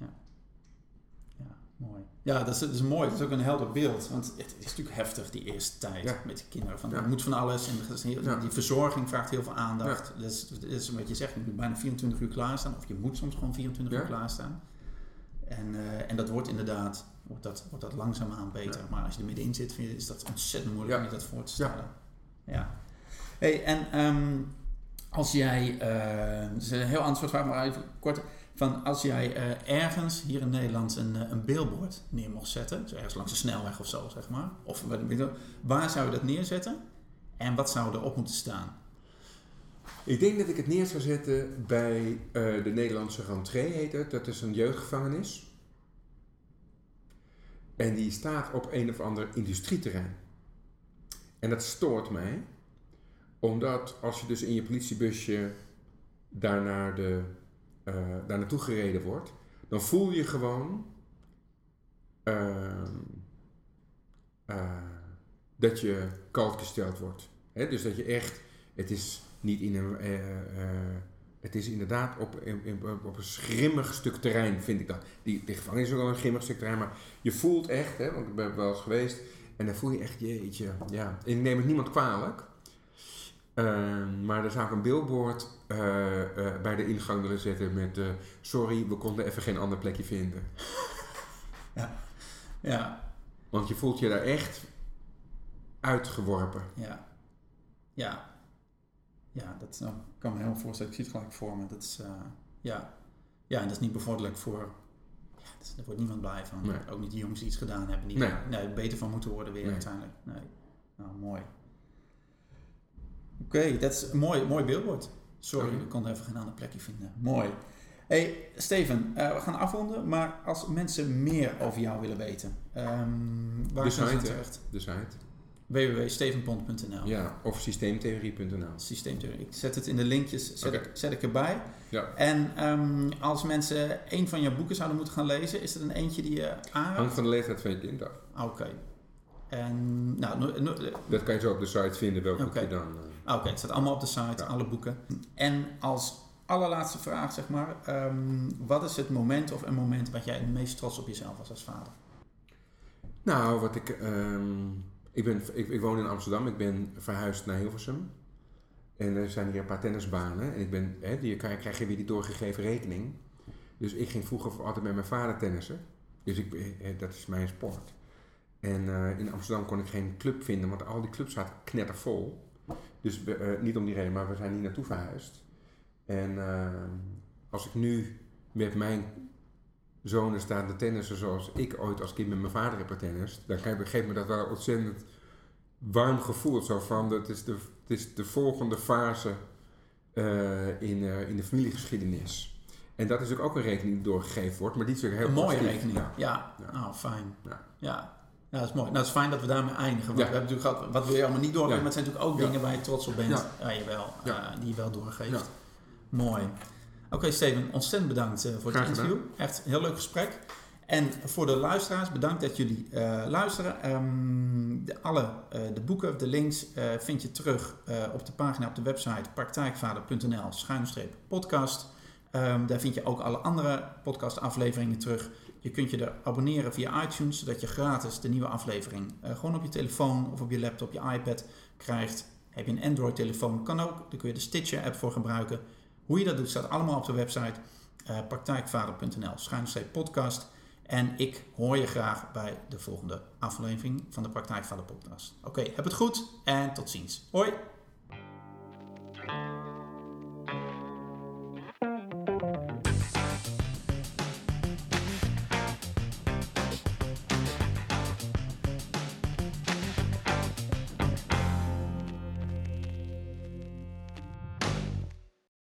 Mooi. Ja, dat is mooi. Dat is ook een helder beeld. Want het is natuurlijk heftig die eerste tijd met de kinderen. Er moet van alles. En die verzorging vraagt heel veel aandacht. Ja. Dat is wat je zegt. Je moet bijna 24 uur klaarstaan. Of je moet soms gewoon 24 uur klaarstaan. En dat wordt inderdaad wordt dat langzaamaan beter. Ja. Maar als je er middenin zit, is dat ontzettend moeilijk om je dat voor te stellen. Ja. Hey, en als jij... dat is een heel ander soort vraag, maar even kort... Van als jij ergens hier in Nederland een billboard neer mocht zetten, dus ergens langs een snelweg of zo, zeg maar, of waar zou je dat neerzetten en wat zou erop moeten staan? Ik denk dat ik het neer zou zetten bij de Nederlandse Rentree, heet het. Dat is een jeugdgevangenis. En die staat op een of ander industrieterrein. En dat stoort mij, omdat als je dus in je politiebusje daar naartoe gereden wordt, dan voel je gewoon dat je koud gesteld wordt. He, dus dat je echt, het is niet in een, het is inderdaad op een grimmig stuk terrein, vind ik dat. Die gevangenis is ook wel een grimmig stuk terrein, maar je voelt echt, want ik ben wel eens geweest, en dan voel je echt, jeetje, ja. En ik neem het niemand kwalijk. Maar dan zou ik een billboard bij de ingang willen zetten met sorry, we konden even geen ander plekje vinden. Ja. Want je voelt je daar echt uitgeworpen. Ja, dat kan me helemaal voorstellen. Ik zie het gelijk voor me. Dat is, en dat is niet bevorderlijk voor... daar wordt niemand blij van. Nee. Ook niet die jongens die iets gedaan hebben. Die er beter van moeten worden weer uiteindelijk. Nee. Nou, mooi. Oké, dat is een mooi beeldbord. Sorry, ik kon even geen ander plekje vinden. Mooi. Hey, Steven, we gaan afronden. Maar als mensen meer over jou willen weten... waar kunnen ze terecht? De site. www.stevenpont.nl. Ja, of systeemtheorie.nl. Systeemtheorie. Ik zet het in de linkjes, zet ik erbij. Ja. En als mensen een van jouw boeken zouden moeten gaan lezen, is er een eentje die je aanraadt? Hangt van de leeftijd van je kind af. Oké. En dat kan je zo op de site vinden, welke boek je dan... Oké, het staat allemaal op de site, alle boeken. En als allerlaatste vraag, zeg maar, wat is het moment of een moment wat jij het meest trots op jezelf was als vader? Nou, wat ik woon in Amsterdam, ik ben verhuisd naar Hilversum. En er zijn hier een paar tennisbanen. En die krijg je weer die doorgegeven rekening. Dus ik ging vroeger altijd met mijn vader tennissen. Dus dat is mijn sport. En in Amsterdam kon ik geen club vinden, want al die clubs zaten knettervol. Dus niet om die reden, maar we zijn hier naartoe verhuisd. En als ik nu met mijn zonen sta te tennissen zoals ik ooit als kind met mijn vader heb getennist, dan geeft me dat wel een ontzettend warm gevoel. Zo van, het is de volgende fase in de familiegeschiedenis. En dat is natuurlijk ook een rekening die doorgegeven wordt, maar die is weer heel een mooie positief. rekening. Ja. Oh, fijn. Ja. Ja, dat is mooi. Nou, het is fijn dat we daarmee eindigen. Want we hebben natuurlijk gehad, wat wil je allemaal niet doorgeven, maar het zijn natuurlijk ook dingen waar je trots op bent. Die je wel doorgeeft. Ja. Mooi. Oké, Steven, ontzettend bedankt voor het interview. Echt een heel leuk gesprek. En voor de luisteraars, bedankt dat jullie luisteren. De boeken, de links vind je terug op de pagina op de website praktijkvader.nl/podcast. Daar vind je ook alle andere podcastafleveringen terug. Je kunt je er abonneren via iTunes, zodat je gratis de nieuwe aflevering gewoon op je telefoon of op je laptop, je iPad krijgt. Heb je een Android-telefoon, kan ook. Daar kun je de Stitcher-app voor gebruiken. Hoe je dat doet, staat allemaal op de website praktijkvader.nl/podcast. En ik hoor je graag bij de volgende aflevering van de Praktijkvader podcast. Oké, heb het goed en tot ziens. Hoi!